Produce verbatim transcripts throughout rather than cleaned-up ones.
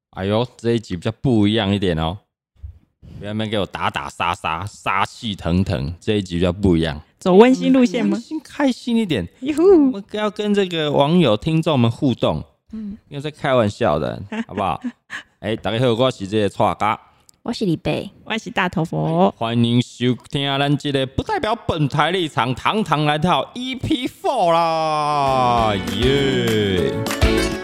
哎呦，这一集比较不一样一点哦，不要那边给我打打杀杀，杀气腾腾。这一集比较不一样， 走温馨路线吗？ 温馨开心一点。 哟呼， 我们要跟这个网友、听众们互动，嗯，因为在开玩笑的，好不好？哎、欸，大家好，我是这个蔡家， 我是李贝， 我是大头佛， 欢迎收听咱这个不代表本台立场，堂堂来到 E P 四 啦，耶、yeah ！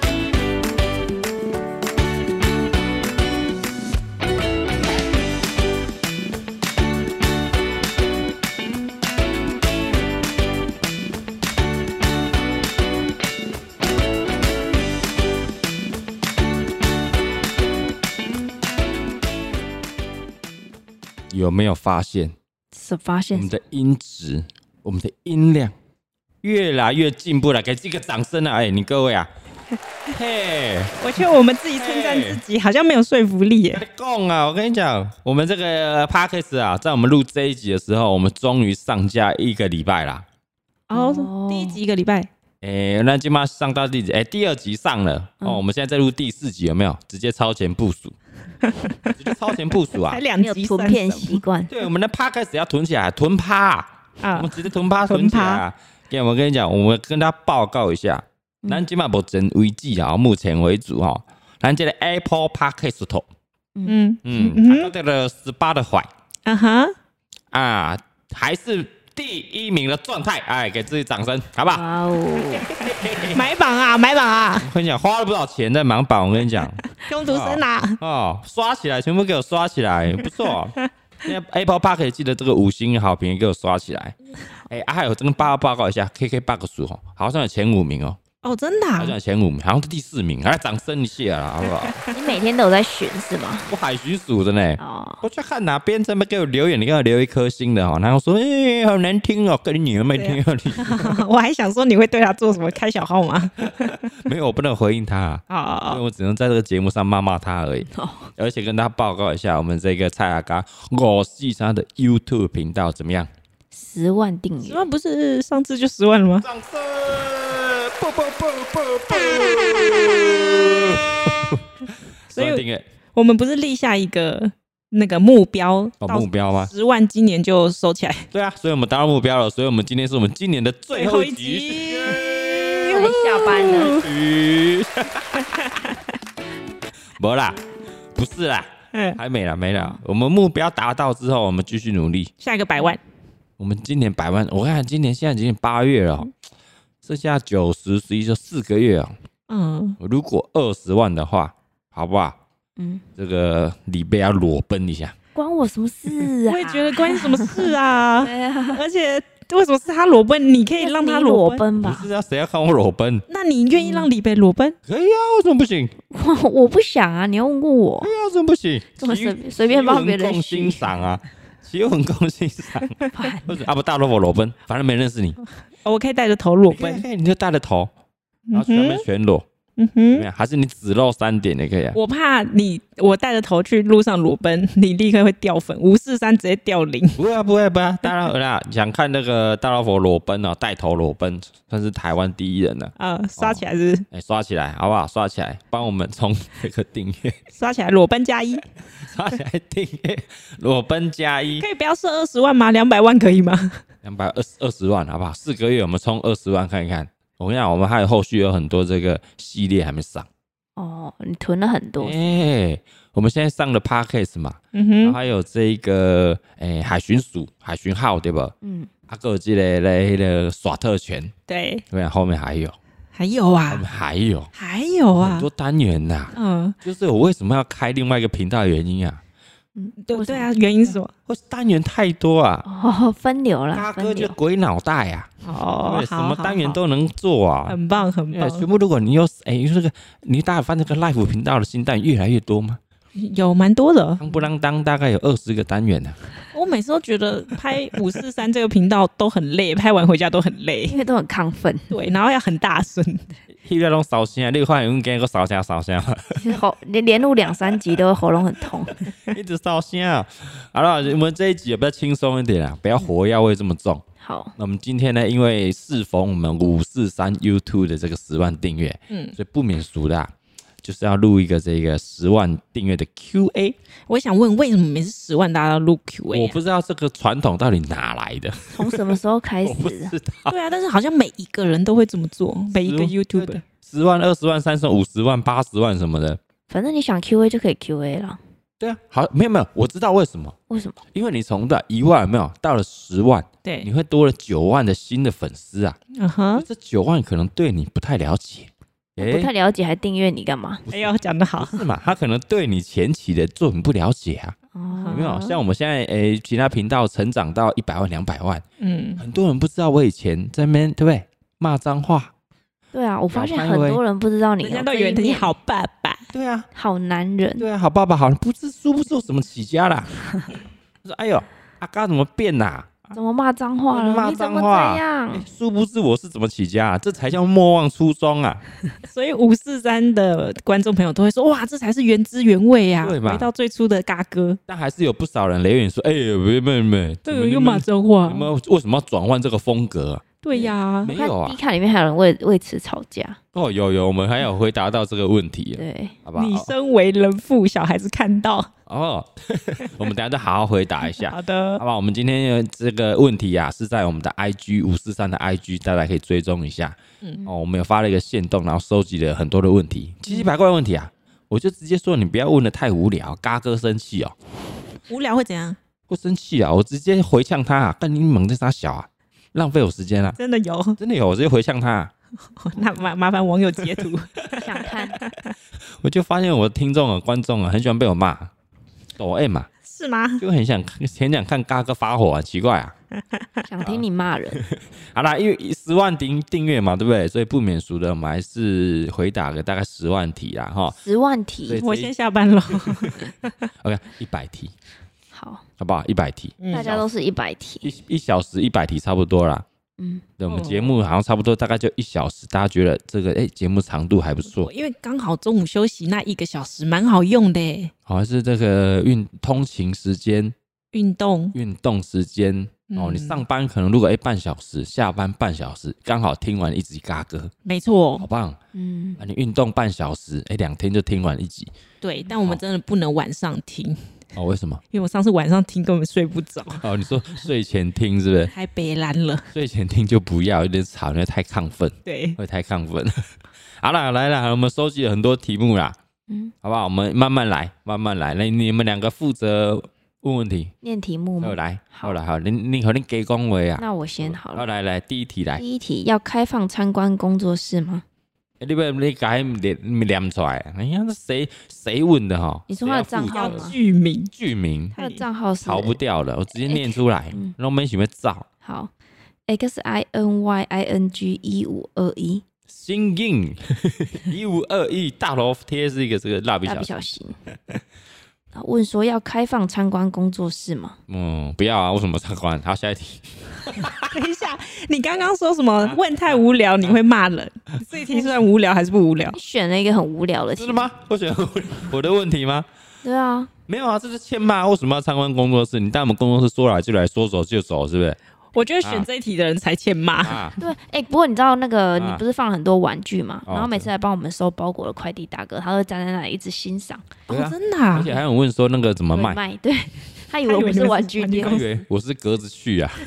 有没有发现？ 是发现我们的音质，我们的音量越来越进步了，给这个掌声啊！哎、欸，你各位啊，嘿， 我觉得我们自己称赞自己好像没有说服力耶。 你讲啊，我跟你讲，我们这个 podcast 啊，在我们录这一集的时候，我们终于上架一个礼拜啦。 哦，哦第一集一个礼拜。 哎、欸，那今晚上到第几？哎、欸，第二集上了、嗯、哦。我们现在在录第四集，有没有？直接超前部署。直接超前部署啊！ 才两集囤片习惯。 对，我们的趴开始要囤起来，囤趴啊！啊我们直接囤趴囤起来啊！我跟你讲，我们跟他报告一下，咱今晚目前为止啊，目前为止哈，咱这个 Apple Podcast， 嗯嗯，嗯这个 Spotify， 啊哈啊，还是第一名的状态，哎，给自己掌声，好不好？哇哦！买榜啊，买榜啊！ 我跟你讲，花了不少钱在买榜，我跟你讲。 工读生啊！ 哦，刷起来，全部给我刷起来，不错。现在 Apple Park 可以记得这个五星好评给我刷起来。哎、欸，啊，还有这个报报告一下 ，K K Box 哦，好像有前五名哦。 哦，真的、啊？ 好像有前五名，好像是第四名，来掌声一下啦，好不好？ 你每天都有在选是吗？ 我海巡署的呢。 哦。 我去看哪边这边给我留言，你给我留一颗星的哈，然后说，哎、欸，好难听哦，跟你女儿没听到你。 我还想说你会对他做什么开小号吗？ 没有，我不能回应他啊，因为我只能在这个节目上骂骂他而已。哦、而且跟他报告一下，我们这个蔡阿嘎五四三的 YouTube 频道怎么样？ 十万订阅， 十万不是上次就十万了吗？ 掌声！啵啵啵啵啵！ 所以我们不是立下一个那个目标， 哦，目标吗？ 十万今年就收起来。 对啊，所以我们达到目标了。所以我们今天是我们今年的最后一集， 我们下班了。没啦，不是啦，还没啦，没啦。我们目标达到之后，我们继续努力。 下一个百万。 我们今年百万，我看今年现在已经八月了、喔，剩下九十、十一就四个月啊、喔。嗯，如果二十万的话，好不好？嗯，这个李贝要裸奔一下， 关我什么事啊？ 我也觉得关你什么事啊？对啊，而且为什么是他裸奔？你可以让他裸奔吧？ 不是啊，谁要看我裸奔？ 那你愿意让李贝裸奔？ 可以啊，为什么不行？ 我我不想啊，你要问过我。 对啊，为什么不行？ 这么随随便帮别人欣赏啊。奇闻共欣赏，或者啊不大萝卜裸奔，反正没认识你， 我可以带着头裸奔， 你就带着头，然后全面全裸，嗯哼，还是你只露三点也可以啊。 我怕你，我带着头去路上裸奔，你立刻会掉粉，五四三直接掉零。 不会啊，不会不会，当然啦，想看那个大老婆裸奔哦，带头裸奔，算是台湾第一人了。 啊、呃，刷起来是？ 哎、哦欸，刷起来好不好？刷起来，帮我们冲这个订阅， 刷起来裸奔加一。 刷起来订阅裸奔加一， 可以不要设二十万吗？两百万可以吗？ 两百二十二十万，好不好？四个月我们冲二十万看一看。我跟你讲，我们还有后续有很多这个系列还没上。 哦，你囤了很多。 哎、欸，我们现在上了 Podcast 嘛，嗯哼，然后还有这个哎、欸、海巡署、海巡号对吧？嗯，还有这个那个耍特权， 对， 对，后面还有。 还有啊， 我们还有， 还有啊， 很多单元呐、啊。嗯，就是我为什么要开另外一个频道的原因啊。 嗯，对对啊，原因是什么？ 或是单元太多啊， 哦，分流了， 大哥就鬼脑袋啊， 哦， 什么单元都能做啊， 很棒很棒。 全部如果你有哎，欸、这个你大家发现这个 Live 频道的新单元越来越多吗？ 有蛮多的， 当不啷当大概有二十个单元呢、 啊。我每次都觉得拍五四三这个频道都很累，拍完回家都很累， 因为都很亢奋。 对，然后要很大声， 迄个拢烧声，你看用给个烧声烧声， 喉连连录两三集都喉咙很痛， 一直烧声。好了，我们这一集也比较轻松一点啦，不要火药味这么重。 好， 那我们今天呢，因为适逢我们五四三 YouTube 的这个十万订阅，嗯，所以不免俗的、啊。 就是要录一个这个十万订阅的 Q A。 我想问，为什么每次十万大家都录 Q A？、啊、 我不知道这个传统到底哪来的， 从什么时候开始？ 我不知道。 对啊，但是好像每一个人都会这么做，每一个 YouTuber， 十万、二十万、三十万、五十万、八十万什么的， 反正你想 Q A 就可以 Q A 了。 对啊，好，没有没有，我知道为什么。 为什么？ 因为你从的一万有没有到了十万， 对， 你会多了九万的新的粉丝啊。 嗯哼， 这九万可能对你不太了解， 欸、不太了解还订阅你干嘛？ 哎呦，讲得好， 是嘛？他可能对你前期的作品不了解啊。 哦， 有没有？像我们现在诶、欸，其他频道成长到一百万、两百万， 嗯， 很多人不知道我以前在那边对不对骂脏话。 对啊，我发现很多人不知道你， 人家都以为你好爸爸， 对啊， 好男人， 对啊，好爸爸，好，不知殊不知我怎么起家啦？说哎呦，阿嘎怎么变呐、啊？ 怎么骂脏话了？ 骂脏话， 这样、 欸？殊不知我是怎么起家、啊？这才叫莫忘初衷啊！ 所以五四三的观众朋友都会说，哇，这才是原汁原味啊， 对吧？ 回到最初的嘎哥。 但还是有不少人雷言说，哎、欸，没没没， 这个又骂脏话， 你们为什么要转换这个风格、啊？ 对呀、啊， 没有啊。 D 卡里面还有人为为此吵架。 哦，有有，我们还有回答到这个问题。 对， 好不好？ 你身为人父，小孩子看到哦，我们等一下再好好回答一下。 好的， 好吧。我们今天这个问题啊，是在我们的 I G 五四三的 I G， 大家可以追踪一下。嗯，哦，我们有发了一个限动，然后收集了很多的问题，七七百块问题啊，我就直接说你不要问的太无聊，嘎哥生气哦。 无聊会怎样？ 会生气啊！我直接回呛他啊，干你猛在啥小啊？浪费我时间啊！ 真的有， 真的有，我直接回呛他、啊。 那麻麻烦网友截图， 想看。 我就发现我的听众啊、观众啊，很喜欢被我骂，抖 M 嘛， 是吗？ 就很想很想看嘎哥发火啊，奇怪啊， 想听你骂人。 好啦，因为十万订订阅嘛，对不对？所以不免俗的，我们还是回答个大概十万题啦，哈。 十万题， 我先下班了。 OK， 一百题， 好， 好不好？一百题， 大家都是一百题， 一一小时一百题差不多啦。嗯，对，我们节目好像差不多大概就一小时，大家觉得这个哎节目长度还不错， 因为刚好中午休息那一个小时蛮好用的， 好像是这个运通勤时间、 运动、 运动时间。哦，你上班可能如果哎半小时，下班半小时，刚好听完一集嘎哥， 没错， 好棒。 嗯， 啊，你运动半小时，哎，两天就听完一集。 对，但我们真的不能晚上听。 哦，为什么？ 因为我上次晚上听根本睡不着。 哦，你说睡前听是不是？ 太北蓝了。 睡前听就不要，有点吵，因为太亢奋。 对， 会太亢奋。好啦，来啦，我们收集了很多题目啦，嗯，好不好？我们慢慢来，慢慢来。来，你们两个负责问问题， 念题目吗？ 好来，好来，好，你你可能给恭维啊。 那我先好了。 好，来来，第一题来。 第一题要开放参观工作室吗？ 欸、你不你改念念出来？哎呀，那谁谁问的哈？ 你说他的账号吗？ 剧名， 剧名， 他的账号是逃不掉了，我直接念出来，然后没想要照。 好 ，X I N Y I N G 一五二一， 新颖一五二一大头贴是一个这个蜡笔小小新。问说要开放参观工作室吗？ 嗯，不要啊！为什么参观？好，下一题。 等一下，你刚刚说什么？问太无聊你会骂人？这一题算无聊还是不无聊？ 你选了一个很无聊的题。 真的吗？我选我的问题吗？ 对啊， 没有啊，这是欠骂。为什么要参观工作室？你带我们工作室说来就来，说走就走，是不是？ 我觉得选这一题的人才欠骂。 啊、 对，哎、欸，不过你知道那个，你不是放了很多玩具嘛？ 啊、 然后每次来帮我们收包裹的快递大哥，他会站在那里一直欣赏。 哦，真的、啊， 而且还有问说那个怎么卖？ 卖，对，他以为我们是玩具店， 他以为我是格子去啊。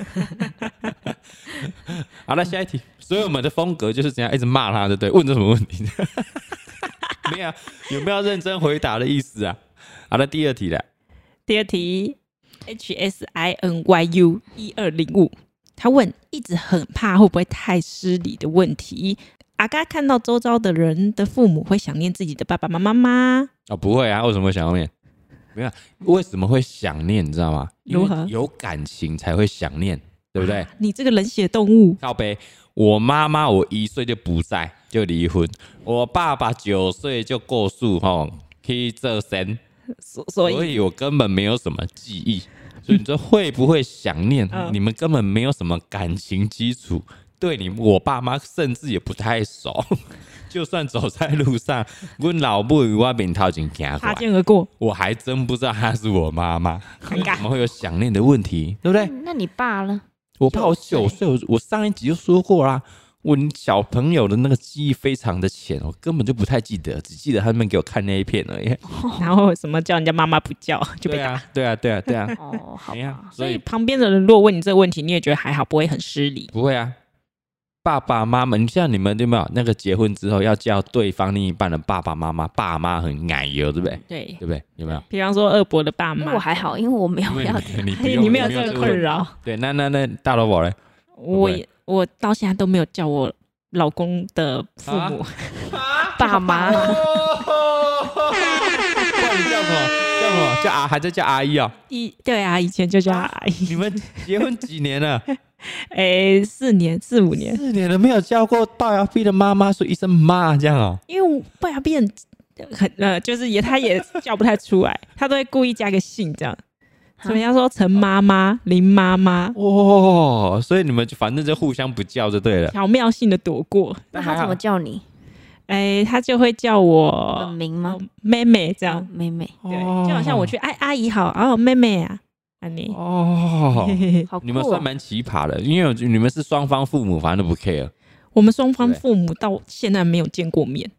好了，下一题。所以我们的风格就是这样，一直骂他，对不对？问这什么问题？没有，有没有认真回答的意思啊？好了，第二题了。 第二题。H S I N Y U 一二零五，他问一直很怕会不会太失礼的问题。阿嘎看到周遭的人的父母会想念自己的爸爸妈妈吗？ 哦，不会啊，为什么会想念？没有，为什么会想念？你知道吗？ 如何？ 有感情才会想念，对不对？ 啊、你这个冷血动物。 靠北，我妈妈我一岁就不在，就离婚；我爸爸九岁就过世，吼，去做神。所以，所以我根本没有什么记忆，所以你说会不会想念？嗯、你们根本没有什么感情基础，对你我爸妈甚至也不太熟。就算走在路上，我老母我面头前行过， 擦肩而过， 我还真不知道她是我妈妈。怎么会有想念的问题？对不对？ 嗯、那你爸呢？ 我爸我九岁，我上一集就说过啦。 我小朋友的那个记忆非常的浅，我根本就不太记得，只记得他们给我看那一片而已。 然后什么叫人家妈妈不叫就被打。 对啊，对啊，对啊，对啊。 哦，好吧。 啊、 所以旁边的人如果问你这个问题，你也觉得还好，不会很失礼。 不会啊，爸爸妈妈，你像你们有没有那个结婚之后要叫对方另一半的爸爸妈妈，爸妈很奶油，对不对？ 对， 对不对？有没有？ 比方说二伯的爸妈， 我还好，因为我没有要你你你没有这个困扰。 对，那那那大老婆嘞？ 我我到现在都没有叫我老公的父母、 啊、 爸妈。 叫你叫什么？叫什么？叫阿还在叫阿姨啊？ 以对啊，以前就叫阿姨。 你们结婚几年了？ 哎，四年四五年， 四年了没有叫过龅牙逼的妈妈说一声妈这样哦？ 因为龅牙逼很很呃，就是也他也叫不太出来，他都会故意加个姓这样。怎么样说陈妈妈、林妈妈？ 哦，所以你们就反正就互相不叫就对了， 巧妙性的躲过。 那他怎么叫你？ 哎，他就会叫我本名吗？ 妹妹这样， 哦、妹妹。 对，就好像我去哎阿姨好，哦妹妹啊，安妮。 哦， 好酷哦， 你们算蛮奇葩的，因为你们是双方父母，反正都不 care。 我们双方父母到现在没有见过面。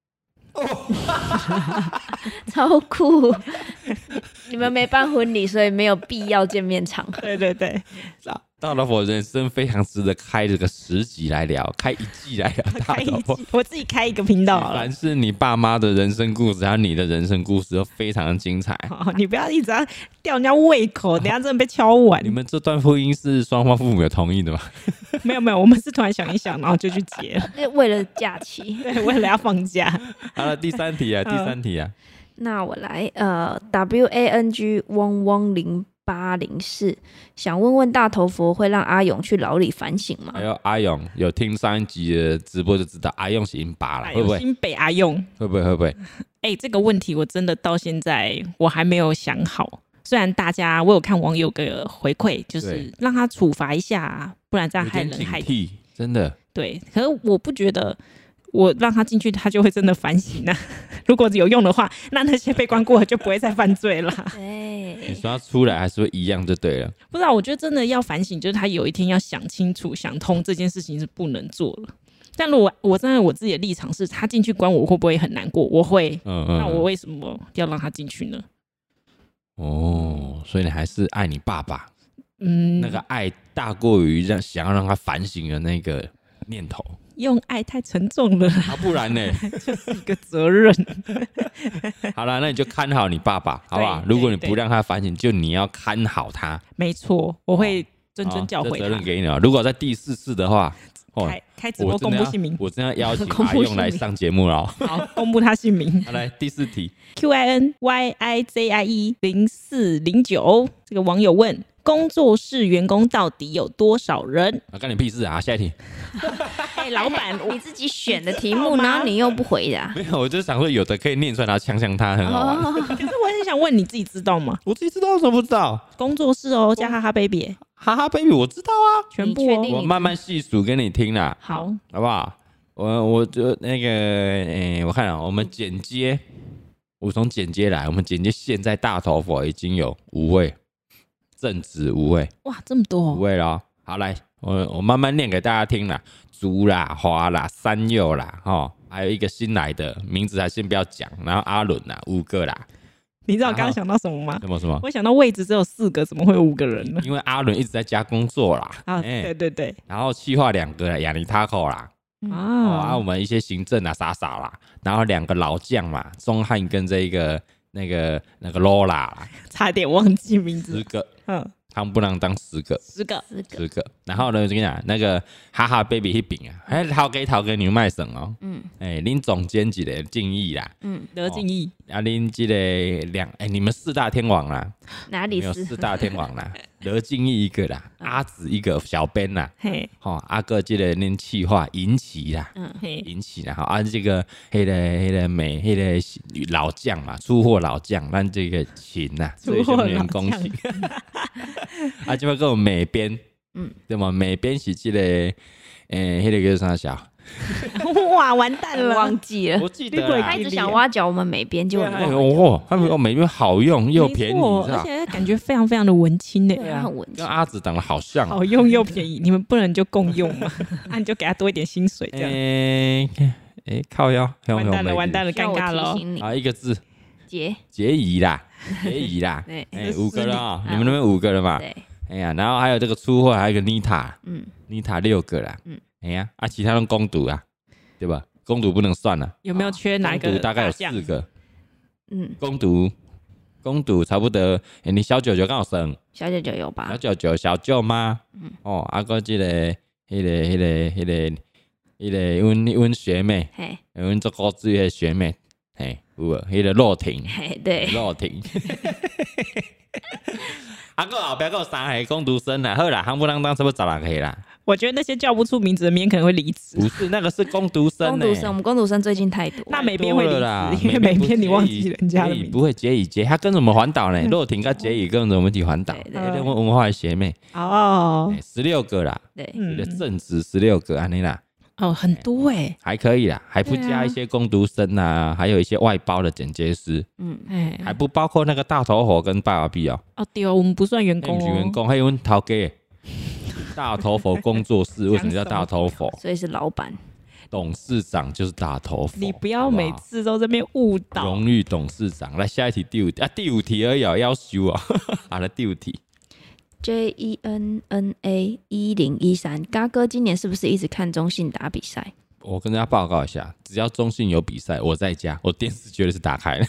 超酷！你们没办婚礼，所以没有必要见面场合。 对对对， 大老婆人生非常值得开这个十集来聊，开一季来聊大老婆。 我自己开一个频道好了。 凡是你爸妈的人生故事，还有你的人生故事，都非常的精彩。 好，你不要一直要吊人家胃口，等一下真的被敲完。 你们这段婚姻是双方父母有同意的吗？ 没有没有，我们是突然想一想，然后就去结了。 为了假期， 对，为了要放假。 好了，第三题啊，第三题啊。 那我来，呃 ，W A N G 汪汪零八零四，想问问大头佛会让阿勇去牢里反省吗？ 还有阿勇有听上一集的直播就知道，阿勇是英巴了，会不会？ 新北阿勇会不会？会不会？ 哎、欸，这个问题我真的到现在我还没有想好。虽然大家我有看网友的回馈，就是让他处罚一下，不然这样害人害己， 真的。 对，可是我不觉得。我让他进去，他就会真的反省啊。如果有用的话，那那些被关过的就不会再犯罪了。 对， 你说他出来还是会一样就对了。 不知道，我觉得真的要反省，就是他有一天要想清楚、想通这件事情是不能做了。但如果我站在我自己的立场是，他进去关我会不会很难过？我会。嗯嗯。那我为什么要让他进去呢？ 哦，所以你还是爱你爸爸。嗯，那个爱大过于让想要让他反省的那个念头。 用爱太沉重了啦， 啊、不然呢？ 就是一个责任。 好了，那你就看好你爸爸，好不好？如果你不让他反省，就你要看好他。 没错，我会谆谆教诲他。 哦、责任给你了。如果在第四次的话， 哦、开开直播公布姓名， 我真的要邀请阿用来上节目了。 好，公布他姓名。 好，来第四题 ，Q I N Y I Z I E 零四零九，这个网友问。工作室员工到底有多少人？ 啊，干你屁事啊！下一题。 哎、欸，老板， 你自己选的题目，然后你又不回答。 没有，我就想说有的可以念出来，然后呛呛他，很好玩。 哦、可是我很想问，你自己知道吗？ 我自己知道，我怎么不知道？ 工作室哦，加哈哈 baby， 哈哈 baby， 我知道啊， 全部哦。 我慢慢细数给你听啦。 好， 好不好？我我就那个，哎、欸，我看啊，我们剪接，我从剪接来，我们剪接现在大头佛已经有五位。正职五位， 哇，这么多、哦、 五位咯。好，来，我我慢慢念给大家听啦。竹啦、花啦、山柚啦，哈，还有一个新来的名字还先不要讲，然后阿伦啦，五个啦。 你知道我刚刚想到什么吗？ 什么什么？ 我想到位置只有四个，怎么会有五个人呢？ 因为阿伦一直在家工作啦。 啊，欸、对对对。 然后企划两个啦，亚尼塔口啦。 啊、 哦，啊，我们一些行政啊、傻傻啦，然后两个老将嘛，钟汉跟这一个。那个那个 Lola 啦， 差点忘记名字。 十个，嗯，他们不能当十个， 十个， 十个， 十个。然后呢，我跟你讲，那个哈哈 baby 那边啊，还讨给讨给牛麦省哦，嗯，哎、欸，恁总监一个敬意啦， 嗯，得敬意。 哦、啊，恁这个两，哎、欸，你们四大天王啦， 哪里是？ 有四大天王啦，得敬意一个啦，阿紫一个小编啦，嘿，好、哦，阿哥这个恁企划引起啦，嗯，嘿，引起啦，好，啊，这个黑的黑的美黑的老将嘛，出货老将，咱这个秦呐， 出货老恭喜，啊，这边跟我美编，嗯，对吗？美编是这个，诶、欸，迄、那个叫啥小？ 哇，完蛋了， 忘记了。 我记得啦他一直想挖角我们美编，结果哎哦，他们美编好用又便宜， 而且感觉非常非常的文青呢。 对啊，很文青， 跟阿紫长得好像， 好用又便宜，你们不能就共用吗？啊，你就给他多一点薪水这样。 哎哎，靠腰， 完蛋了，完蛋了，尴尬了。 啊，一个字， 结结仪啦，结仪啦。 对， 哎，五个了啊，你们那边五个了嘛？ 对。 哎呀，然后还有这个出货，还有一个妮塔， 嗯， 妮塔六个啦。 嗯， 哎呀，啊，其他都攻读啊，对吧？攻读不能算了。 有没有缺哪一个？ 大概有四个。 嗯， 攻读，攻读差不多。哎，你小九九刚好生。 小九九有吧？ 小九九小舅妈。嗯。哦，啊个这个，迄个，迄个，迄个，迄个，阮阮学妹， 嘿， 阮做高职的学妹，嘿，有无？迄个洛婷， 嘿，对， 洛婷。啊个后壁个有三个工读生啦，好啦，夯不啷当差不多十六个啦。 我觉得那些叫不出名字的明天可能会离职。 不是，那个是工读生、欸。 工读生，我们工读生最近太多。 那美编会离职，因为美编你忘记人家的名字。 不会结乙结，他跟着我们环岛呢。洛婷跟结乙跟着我们一起环岛，对对，文化的学妹。 哦， 十六个啦， 对， 你的正职十六个安尼啦。 哦，很多哎、欸， 还可以啦，还不加一些工读生啊，还有一些外包的剪接师，嗯，哎，还不包括那个大头佛跟爸爸 B 哦。 哦，对哦，我们不算员工、哦， 不是员工，还有我们头家大头佛工作室，为什么叫大头佛？ 所以是老板， 董事长就是大头佛。 你不要每次都这边误导。 荣誉董事长，来下一题第五题啊，第五题而已、哦，要修啊、哦，好了，第五题。 J E N N A 一零一三，嘎哥今年是不是一直看中信打比赛？ 我跟大家报告一下，只要中信有比赛，我在家，我电视绝对是打开了。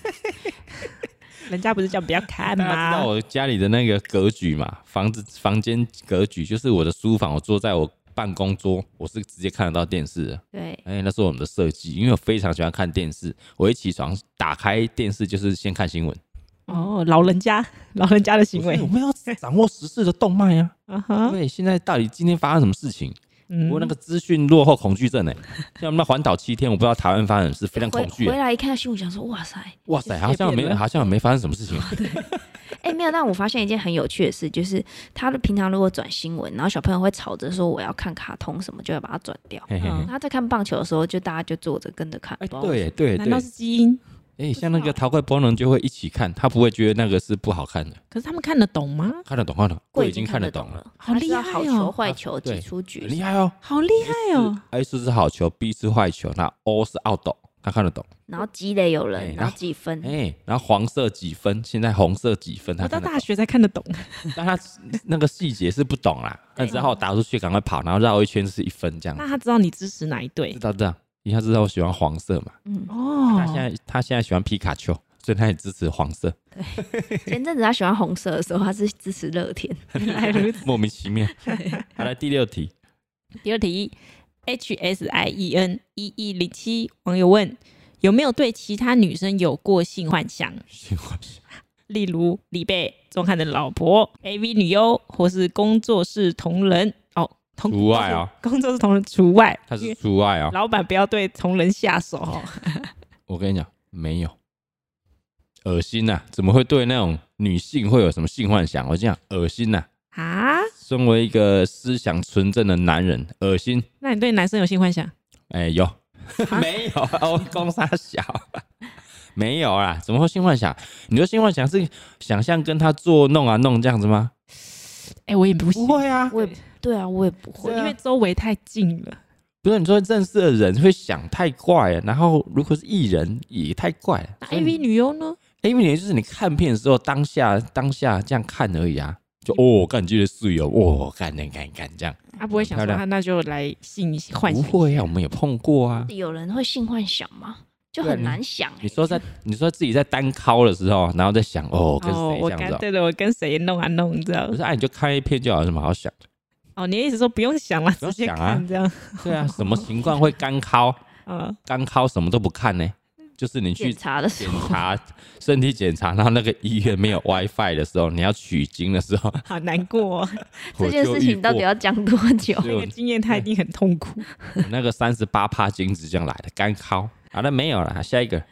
人家不是叫不要看吗？ 大家知道我家里的那个格局嘛？房子房间格局就是我的书房，我坐在我办公桌，我是直接看得到电视的。 对， 哎，那是我们的设计，因为我非常喜欢看电视。我一起床打开电视就是先看新闻。 哦，老人家，老人家的行为， 我们要掌握时事的动脉啊！ 啊哈， 对，现在到底今天发生什么事情？嗯、我那个资讯落后恐惧症哎、欸，像我们那环岛七天，我不知道台湾发生什么事，非常恐惧、欸。 回来一看新闻，想说哇塞， 哇塞，好像没好像没发生什么事情、啊。 对，哎、欸，没有。但我发现一件很有趣的事，就是他的平常如果转新闻，然后小朋友会吵着说我要看卡通什么，就会把它转掉。嘿嘿嘿，他在看棒球的时候，就大家就坐着跟着看。 哎、欸，对对对， 难道是基因？ 哎、欸，像那个陶贵波能就会一起看，他不会觉得那个是不好看的。 可是他们看得懂吗？ 看得懂，看得懂，我已经看得懂了。 好厉害哦！ 好球、坏球、挤出局， 很厉害哦， 好厉害哦 ！A 是好球 ，B 是坏球，那 O 是 out， 他看得懂。 然后积累有人，欸、然后几分？ 哎、欸，然后黄色几分？现在红色几分？他我到大学才看得懂， 但他那个细节是不懂啦。但之后打出去，赶快跑，然后绕一圈是一分这样。 那他知道你支持哪一队？ 知道这样，因为他知道我喜欢黄色嘛。嗯哦，他现在他现在喜欢皮卡丘。所以他也支持黄色。 对，前阵子他喜欢红色的时候，他是支持乐天， 莫名其妙。好，来第六题。 第二题 ，H S I E N 一一零七网友问：有没有对其他女生有过性幻想？ 性幻想， 例如李贝、钟汉的老婆、A V 女优，或是工作室同仁哦。 除外哦， 工作室同仁除外， 他是除外哦。 老板不要对同仁下手哦。 我跟你讲，没有。恶心呐、啊！怎么会对那种女性会有什么性幻想？我讲恶心呐！ 啊！ 身为一个思想纯正的男人，恶心。 那你对男生有性幻想？ 哎、欸，有？没有？哦，公三小，没有啦！怎么会性幻想？你说性幻想是想象跟他做弄啊弄这样子吗？ 哎、欸，我也不不会啊， 我也对啊，我也不会， 啊、因为周围太近了。 不是你说认识的人会想太怪了，然后如果是艺人也太怪了。 那 A V 女优呢 ？A V 女优就是你看片的时候当下当下这样看而已啊，就哦，干这个水哦，哦，干干干干这样。 他、啊、不会想说他那就来性幻想？ 不会啊，我们也碰过啊。 有人会性幻想吗？就很难想、欸。 你说在你说自己在单敲的时候，然后在想哦，跟谁这样子、 哦？对的，我跟谁弄啊弄，你知道？ 不是，哎、啊，你就看一片就好，有什么好想的？ 哦，你的意思说不用想了，直接看这样？ 对啊，什么情况会干敲？嗯，干敲什么都不看呢？就是你去检查的时候， 检查身体检查，然后那个医院没有 WiFi 的时候，你要取经的时候， 好难过、哦。 这件事情到底要讲多久？ 那个经验他一定很痛苦。 那个三十八趴精子这样来的干敲，好了没有了，下一个。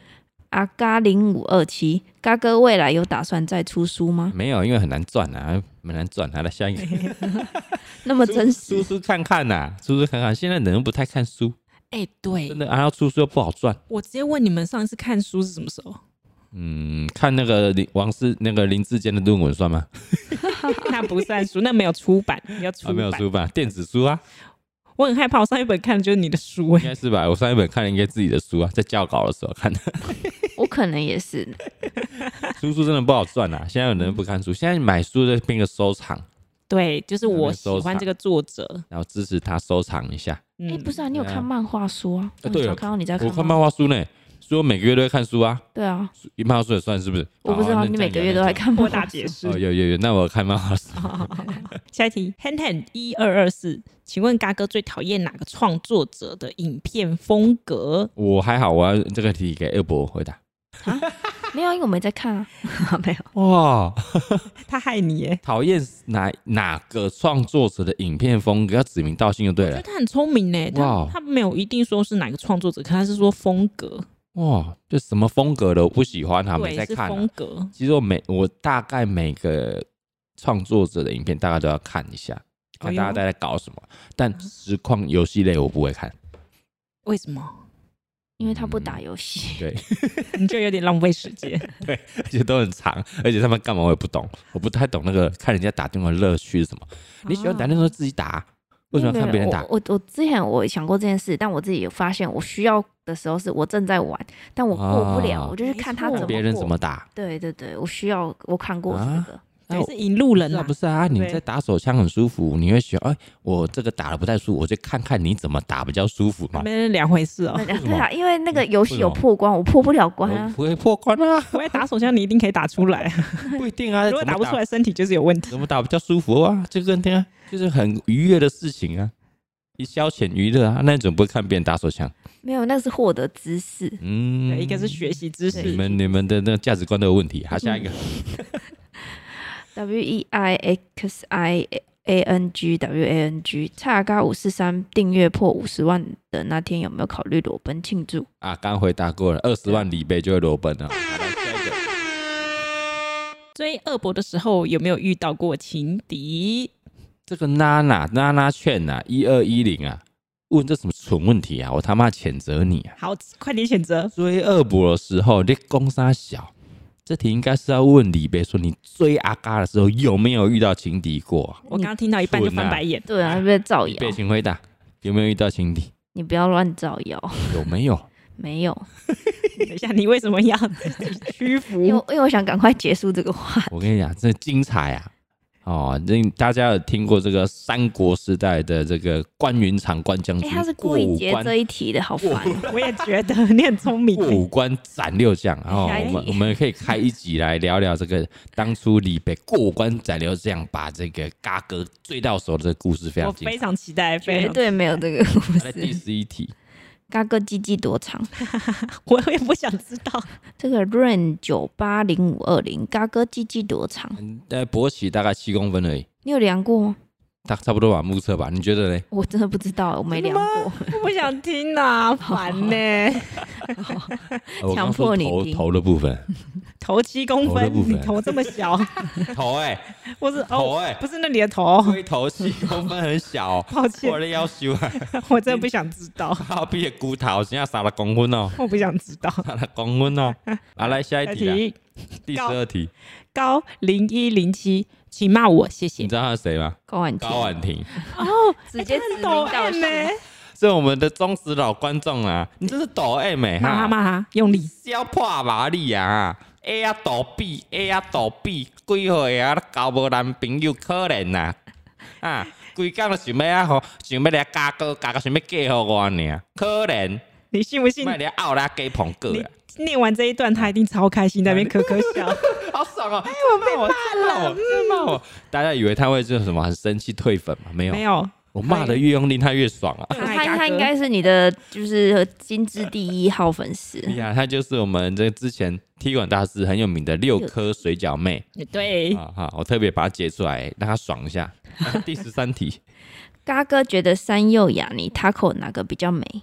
阿嘎零五二七，嘎哥未来有打算再出书吗？ 没有，因为很难赚啊，很难赚。好了，下一个。 那么真实， 出书看看呐、啊，出书看看。现在人不太看书， 哎、欸，对， 真的，然、啊、后出书又不好赚。 我直接问你们，上一次看书是什么时候？ 嗯，看那个林王世那个林志坚的论文算吗？ 那不算书，那没有出版，要出版、 啊、没有出版，电子书啊。 我很害怕，我上一本看的就是你的书、欸， 应该是吧？我上一本看的应该自己的书啊，在校稿的时候看的。 我可能也是。 出书真的不好赚啊！现在有人不看书，现在买书就变个收藏。 对，就是我喜欢这个作者， 然后支持他收藏一下。 哎、嗯欸，不是啊，你有看漫画书啊？ 啊对， 我看到你在看， 我看漫画书呢。所以我每个月都会看书啊。 对啊， 漫画书也算是不是？ 我不知道、啊、你每个月都在看漫画解释。 哦，有有有，那我看漫画书。 下一题 ，Hen Hen 一二二四，请问嘎哥最讨厌哪个创作者的影片风格？ 我还好，我要这个题给二伯回答。 啊，没有，因为我没在看啊。没有哇， 他害你耶！ 讨厌哪哪个创作者的影片风格，要指名道姓就对了。 我觉得他很聪明呢，他他没有一定说是哪个创作者，可他是说风格。 哇，就什么风格的我不喜欢，他没在看、啊。 风格。 其实我每我大概每个创作者的影片大概都要看一下，看大家在搞什么。哎、但实况游戏类我不会看。 为什么？ 因为他不打游戏、 嗯，对， 你就有点浪费时间。 对，而且都很长，而且他们干嘛我也不懂，我不太懂那个看人家打电话的乐趣是什么。你喜欢打电话自己打、啊，为什么要看别人打？ 我我我之前我想过这件事，但我自己有发现，我需要的时候是我正在玩，但我过不了，啊、我就去看他怎么别人怎么打。 对对对，我需要我看过这个。啊还是引路人啊？不是啊，你在打手枪很舒服，你会选哎，我这个打得不太舒服，我就看看你怎么打比较舒服嘛。 没两回事哦。 对啊，因为那个游戏有破关，我破不了关啊。 不会破关啊， 不会打手枪，你一定可以打出来。 不一定啊， 如果打不出来，身体就是有问题。 怎么打比较舒服啊？这个天就是很愉悦的事情啊，一消遣娱乐啊，那你怎么不会看别人打手枪？ 没有，那是获得知识。 嗯，一个是学习知识。 你们你们的那个价值观都有问题。好，下一个。 W E I X I A N G W A N G 差嘎五四三订阅破五十万的那天有没有考虑裸奔庆祝啊？刚回答过了，二十万里贝就会裸奔了。好，来下一个。 追二伯的时候有没有遇到过情敌？ 这个娜娜娜娜劝啊，一二一零啊，问这什么蠢问题啊？我他妈谴责你啊！ 好，快点谴责。 追二伯的时候，你公三小。这题应该是要问李贝说，你追阿嘎的时候有没有遇到情敌过、啊？ 我刚刚听到一半就翻白眼。 对啊，被造谣。 贝，请回答，有没有遇到情敌？ 你不要乱造谣。 有没有？ 没有。 等一下，你为什么要屈服？ 因为因为我想赶快结束这个话题。 我跟你讲，这精彩啊！哦，那大家有听过这个三国时代的这个关云长关将军？ 哎、欸，他是故意截这一题的，好烦。 我也觉得你很聪明。 过五关斩六将，然后我们我们可以开一集来聊聊这个当初李白过五关斩六将把这个嘎哥追到手的这个故事，非常精彩。 我非常期待， 绝对没有这个故事。 第十一题。 嘎哥鸡鸡多长？ 我也不想知道。 这个 rain 九八零五二零，嘎哥鸡鸡多长？ 呃，勃起大概七公分而已。 你有量过吗？ 他差不多吧，目测吧？你觉得呢？ 我真的不知道，我没量过。 我不想听啊，烦呢、欸。 强迫你听头头的部分， 头七公分，你头这么小， 头哎、欸， 不是头哎、欸， 不是那里的头， 龟头七公分很小， 抱歉， 我的要求啊， 我真的不想知道。 好比的骨头现在三十公分哦， 我不想知道， 三十公分哦。好，来下一题，第十二题， 高零一零七。请骂我，谢谢。 你知道他是谁吗？ 高婉婷。 高婉婷哦， 直接指名道姓。 是我们的忠实老观众啊！你这是抖 M 哎， 骂他骂他，用力。 小破麻利啊！哎呀，倒闭，哎呀，倒闭，几岁啊？交无男朋友可怜呐！啊，规工都想要啊，吼，想要来加哥，加哥想要嫁互我呢，可怜。 你信不信？ 卖你奥拉给捧个啊！ 念完这一段，他一定超开心，在那边可可笑， 好爽哦！ 哎，我被骂了， 骂我！大家以为他会就是什么很生气退粉吗？没有， 没有。 我骂的越用力，他越爽啊！ 他他应该是你的就是金枝第一号粉丝。 对呀，他就是我们这之前踢馆大师很有名的六颗水饺妹。 对啊哈，我特别把它截出来，让他爽一下。第十三题， 嘎哥觉得山柚雅尼 Taco 哪个比较美？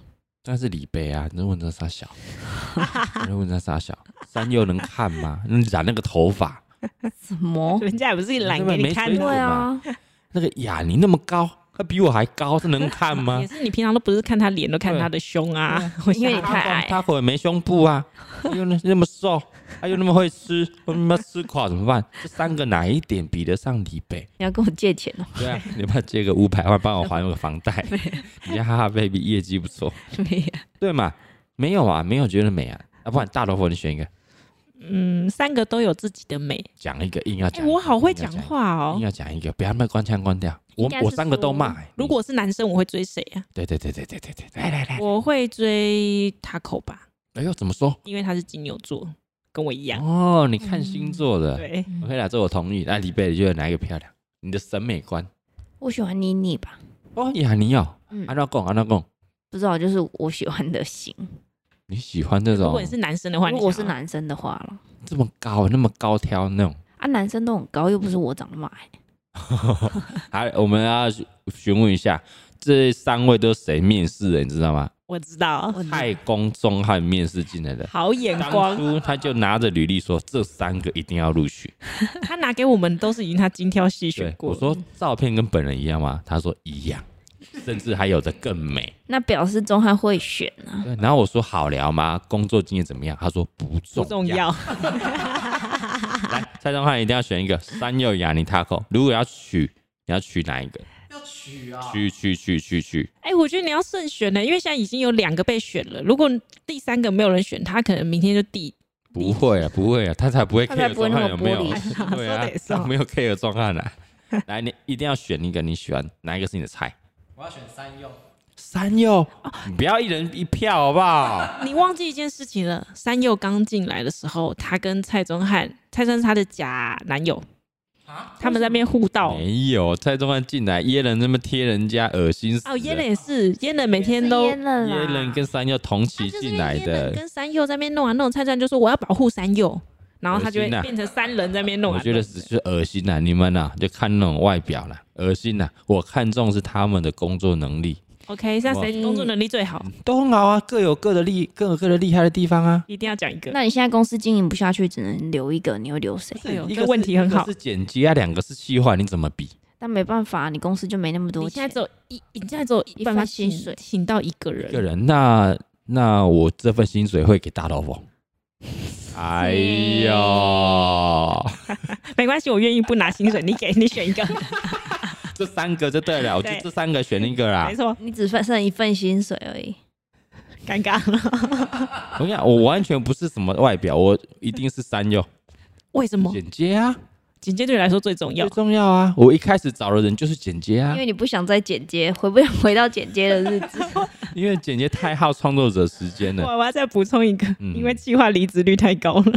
但是李贝啊，你问这傻小，你问这傻小，山柚能看吗？你染那个头发， 什么？ 人家也不是染给你看的。 对啊， 那个雅尼那么高，他比我还高，这能看吗？ 也是你平常都不是看他脸，都看他的胸啊， 因为你太矮。 他口也没胸部啊，又那么瘦，他又那么会吃，我他妈吃垮怎么办？这三个哪一点比得上李贝？ 你要跟我借钱哦？ 对啊，你要不要借个五百万帮我还我个房贷？你家哈哈 baby 业绩不错，对嘛？没有啊，没有觉得美啊，啊，不然大萝卜你选一个。 嗯，三个都有自己的美。 讲一个硬要讲、 欸，我好会讲话哦。 硬要讲一个，不要那么关腔关掉。我我三个都骂、欸。 如果是男生，我会追谁啊？ 对对对对对对对，来来来， 我会追Taco吧。 哎呦，怎么说？ 因为他是金牛座，跟我一样。 哦，你看星座的， 嗯、对 ，OK 啦，这我同意。那李贝，你觉得哪一个漂亮？你的审美观？ 我喜欢妮妮吧。 哦，雅尼哦，嗯，按照讲，按照讲， 不知道，就是我喜欢的型。 你喜欢这种？ 如果你是男生的话， 如果我是男生的话了， 这么高，那么高挑那种啊，男生都很高，又不是我长那么矮。 好，我们要询问一下，这三位都是谁面试的？你知道吗？ 我知道， 太公钟汉面试进来的， 好眼光。 当初他就拿着履历说，这三个一定要录取。 他拿给我们都是已经他精挑细选过。 我说照片跟本人一样吗？他说一样。甚至还有的更美， 那表示钟汉会选啊。 对，然后我说好聊吗？工作经验怎么样？他说不重要。 不重要。 来，蔡宗翰一定要选一个山柚雅尼 Taco。如果要取，你要取哪一个？ 要取啊！ 取取取取取。 哎、欸，我觉得你要慎选呢，因为现在已经有两个被选了。如果第三个没有人选，他可能明天就递。 不会啊，不会啊，他才不会 care 钟汉有没有。 对啊， 他没有 care 钟汉啊。来，你一定要选一个你喜欢，哪一个是你的菜？ 我要选山柚。 山柚，你不要一人一票好不好？ 你忘记一件事情了，山柚刚进来的时候，他跟蔡宗翰，蔡宗翰是他的假男友，他们在那边互道。 没有，蔡宗翰进来，耶伦那么贴人家，恶心死了。 哦，耶伦也是，耶伦每天都耶伦跟山柚同期进来的， 跟山柚在那边弄啊弄，蔡宗翰就说我要保护山柚。然后他就会变成三人在那边弄、啊。 我觉得只是恶心呐、啊，你们呐、啊、就看那种外表啦，恶心呐、啊。我看重是他们的工作能力。 OK， 现在谁工作能力最好？ 都很好啊，各有各的厉，各有各的厉害的地方啊。 一定要讲一个。 那你现在公司经营不下去，只能留一个，你会留谁？ 一个问题很好。 一个是剪辑啊，两个是企划，你怎么比？ 但没办法，你公司就没那么多钱。 你现在只有一，你现在只有一办法薪水，请到一个人。 一个人，那那我这份薪水会给大老婆。哎呦， 没关系，我愿意不拿薪水，你给你选一个， 这三个就对了，我就这三个选一个啦。 没错， 你只剩一份薪水而已， 尴尬了。 我跟你讲，我完全不是什么外表，我一定是山柚。 为什么？ 剪接啊， 剪接对你来说最重要， 最重要啊！我一开始找的人就是剪接啊， 因为你不想再剪接，回不想回到剪接的日子。 因为剪接太耗创作者时间了。 我要再补充一个，嗯、因为企划离职率太高了。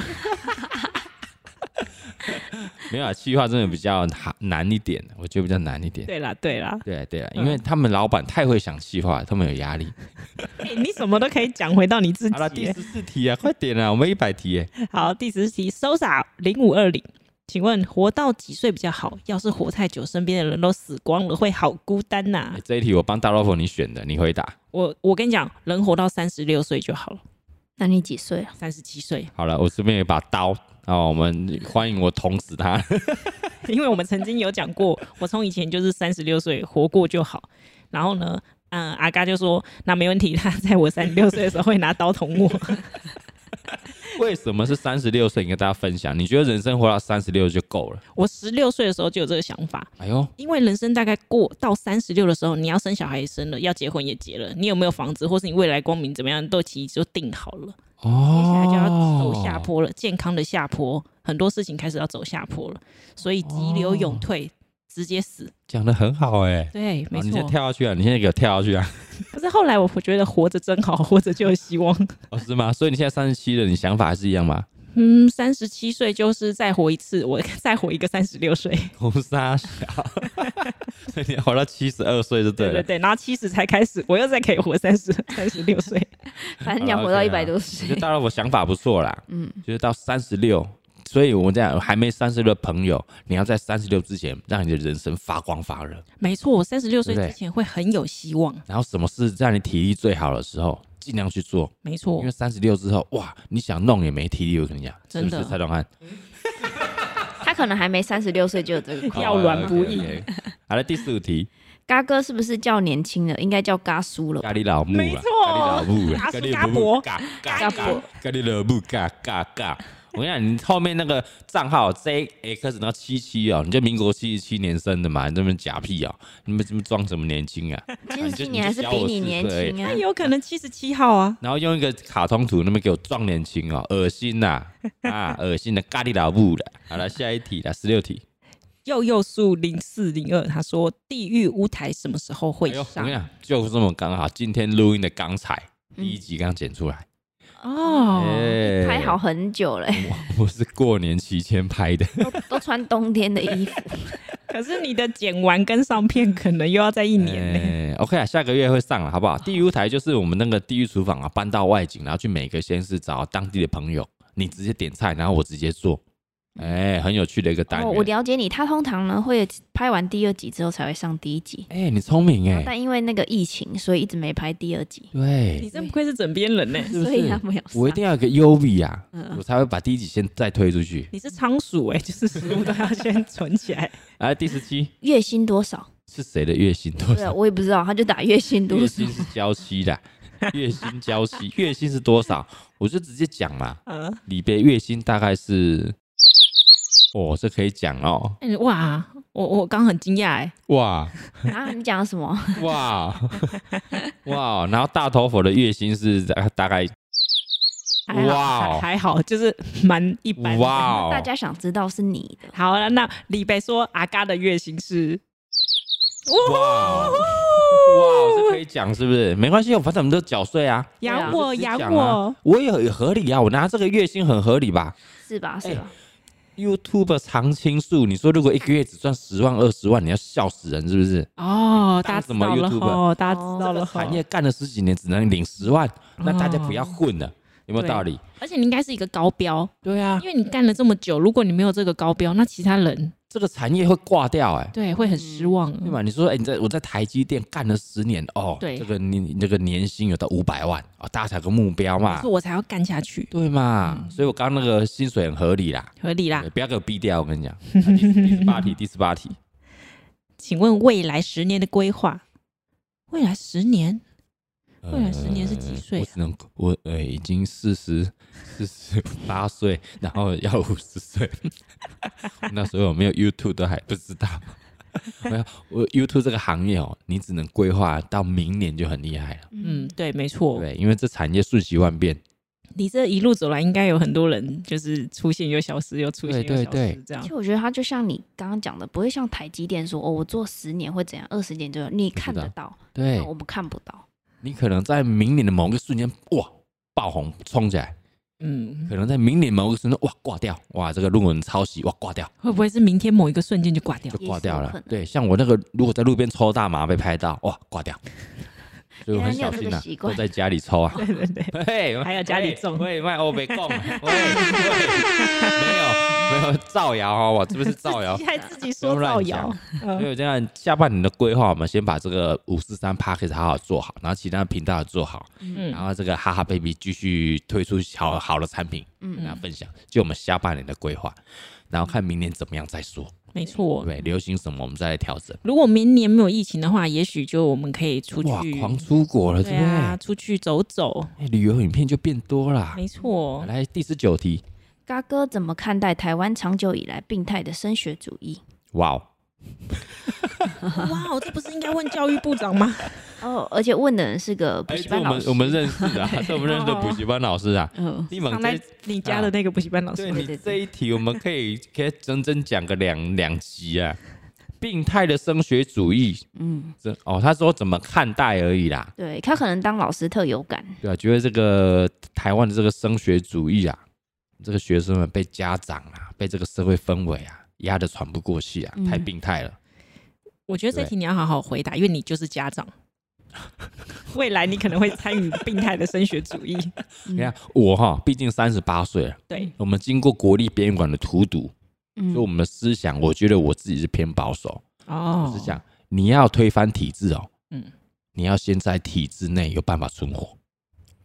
没有啊，企划真的比较难一点，我觉得比较难一点。 对啦，对啦， 对啦对啦，因为他们老板太会想企划，他们有压力。 欸、你什么都可以讲回到你自己。 好了，第十四题啊，快点啊，我们一百题耶。 好，第十四题 ，Sosa 零五二零。请问活到几岁比较好？要是活太久，身边的人都死光了，会好孤单呐、啊欸。这一题我帮大老婆你选的，你回答。 我我跟你讲，人活到三十六岁就好了。 那你几岁了？ 三十七岁。 好了，我这边有一把刀，哦，我们欢迎我捅死他。 因为我们曾经有讲过，我从以前就是三十六岁活过就好。然后呢，嗯，阿嘎就说那没问题，他在我三十六岁的时候会拿刀捅我。 为什么是三十六岁？你跟大家分享，你觉得人生活到三十六就够了？ 我十六岁的时候就有这个想法。 哎呦， 因为人生大概过到三十六的时候，你要生小孩也生了，要结婚也结了，你有没有房子，或是你未来光明怎么样，都其实就定好了。哦，接下来就要走下坡了，健康的下坡，很多事情开始要走下坡了，所以急流勇退。哦，直接死， 讲得很好哎、欸， 对，没错。 你现在跳下去啊！你现在给我跳下去啊！ 可是后来我觉得活着真好，活着就有希望。 哦，是吗？所以你现在三十七了，你想法还是一样吗？ 嗯，三十七岁就是再活一次，我再活一个三十六岁。 红沙小，所以你要活到七十二岁就对了。 对对对，然后七十才开始，我又再可以活三十三十六岁。 反正你要活到一百多岁。 我觉得大老婆想法不错啦，嗯，就是到三十六。所以我们这样还没三十六的朋友，你要在三十六之前让你的人生发光发热。 没错，我三十六岁之前会很有希望。 然后什么是在你体力最好的时候， 尽量去做， 没错， 因为三十六之后，哇，你想弄也没体力，我跟你讲， 真的是不是蔡东汉？ 他可能还没三十六岁就有这个困扰。 要软不硬。 哦 okay, okay. 好了，第十五题， 嘎哥是不是叫年轻了？应该叫嘎叔了吧。 咖喱老母啦， 没错咖喱老母啦， 嘎叔咖喱嘎伯嘎嘎嘎嘎伯， 咖喱老母嘎嘎嘎。我跟你讲，你后面那个账号 J X 然后七七哦，你就民国七十七年生的嘛，你这边假屁哦，你们这么装什么年轻啊？ 七十七年还是比你年轻啊那？有可能七十七号啊。 然后用一个卡通图那边给我装年轻哦，恶心呐！啊，恶心的咖喱老母了。好了，下一题了，十六题。 佑佑数零四零二，他说地狱舞台什么时候会哎呦，我上？ 跟你讲，就这么刚好，今天录音的刚才第一集刚剪出来， 哦， 哎拍好很久了、欸， 我是过年期间拍的。 都都穿冬天的衣服。 可是你的剪完跟上片可能又要再一年呢、 欸、OK 啊，下个月会上了，好不好？地狱舞台就是我们那个地狱厨房啊，搬到外景，然后去每个县市找当地的朋友，你直接点菜，然后我直接做，哎、欸，很有趣的一个单元。 哦，我了解你，他通常呢会拍完第二集之后才会上第一集。 哎、欸，你聪明哎、欸， 但因为那个疫情，所以一直没拍第二集。 对， 你真不愧是枕边人呢、 是不是所以他没有上。 我一定要有个优比啊， 嗯我才会把第一集先再推出去。 你是仓鼠哎、就是食物都要先存起来。 来，第十七月薪多少？ 是谁的月薪多对啊， 少？ 我也不知道，他就打月薪多少月薪。是娇妻的，月薪娇妻，月薪是多少？我就直接讲嘛， 嗯， 李贝月薪大概是，哦，这可以讲哦， 欸哇，我我刚很惊讶哎， 哇啊，你讲什么？ 哇哇，然后大头佛的月薪是大大概还好哇哦还还好，就是蛮一般的。 哇哦， 大家想知道是你的。 好了，那李贝说阿嘎的月薪是哇哦哇，这可以讲是不是？没关系，反正我们都缴税啊， 养我养直接讲啊我， 我也很合理啊，我拿这个月薪很合理吧是吧？是吧？ ？YouTube 常青树，你说如果一个月只赚十万二十万，你要笑死人是不是？ 哦，大家知当什么道了 YouTuber？ 吼，大家知道了吼。 产业干了十几年，只能领十万，那大家不要混了，有没有道理？ 而且你应该是一个高标， 对啊因，为你干了这么久，如果你没有这个高标，那其他人这个产业会挂掉哎、 对会很失望。 对吧？你说，哎、你在我在台积电干了十年哦， 对这个你这个年薪有到五百万啊、哦，大家才有个目标嘛所以，我才要干下去， 对嘛？所以我刚刚那个薪水很合理啦， 合理啦对。不要给我逼掉，我跟你讲。啊第第十八题，第十八题， 请问未来十年的规划？未来十年，未来十年是几岁啊呃我只能我呃、已经四十四十八岁，然后要五十岁，那时候有没有 YouTube 都还不知道。没有，我 YouTube 这个行业哦，你只能规划到明年就很厉害了。 嗯，对，没错。 对，因为这产业瞬息万变。 你这一路走来，应该有很多人就是出现又消失，又出现又消对对失，这样其实我觉得他就像你刚刚讲的，不会像台积电说哦，我做十年会怎样，二十年就有，你看得到， 对那，我们看不到。 你可能在明年的某个瞬间，哇，爆红冲起来； 嗯， 可能在明年某个瞬间，哇，挂掉，哇，这个论文抄袭，哇，挂掉， 会不会是明天某一个瞬间就挂掉就？挂掉了也是有可能。 对，像我那个，如果在路边抽大麻被拍到，哇，挂掉。所以我很小心啊原来你有这个习，惯都在家里抽啊。 对对对， 嘿， 还有家里种喂，卖欧北贡，喂喂，没有没有造谣哦，我是不是造谣？ 还自己说造谣， 所以我这样下半年的规划，我们先把这个五四三 Podcast 好好做好，然后其他的频道也做好， 嗯然后这个哈哈 baby 继续推出好好的产品跟大家分享，就我们下半年的规划，然后看明年怎么样再说， 没错。 对，流行什么我们再来调整。 如果明年没有疫情的话，也许就我们可以出哇， 去， 狂出国了，对不对啊， 对？ 出去走走， 哎旅游影片就变多啦。 没错。 来第十九题， 嘎哥怎么看待台湾长久以来病态的升学主义？ 哇哦， 哇，这不是应该问教育部长吗？ 哦，而且问的人是个补哎，这我习班老师。 们我们认识的啊，这我们认识的补习班老师啊。 嗯， 你们放在这你家的那个补习班老师对吗。 你这一题，我们可以可以整整讲个两两集啊。病态的升学主义， 嗯， 这哦，他说怎么看待而已啦， 对他可能当老师特有感。 对啊，觉得这个台湾的这个升学主义啊，这个学生们被家长啊，被这个社会氛围啊压得喘不过气啊， 嗯太病态了。 我觉得这题你要好好回答，因为你就是家长，未来你可能会参与病态的升学主义。 你看我哈，毕竟三十八岁了， 对， 我们经过国立编管的荼毒， 嗯所以我们的思想，我觉得我自己是偏保守。 哦， 是这样，你要推翻体制哦， 嗯， 你要先在体制内有办法存活。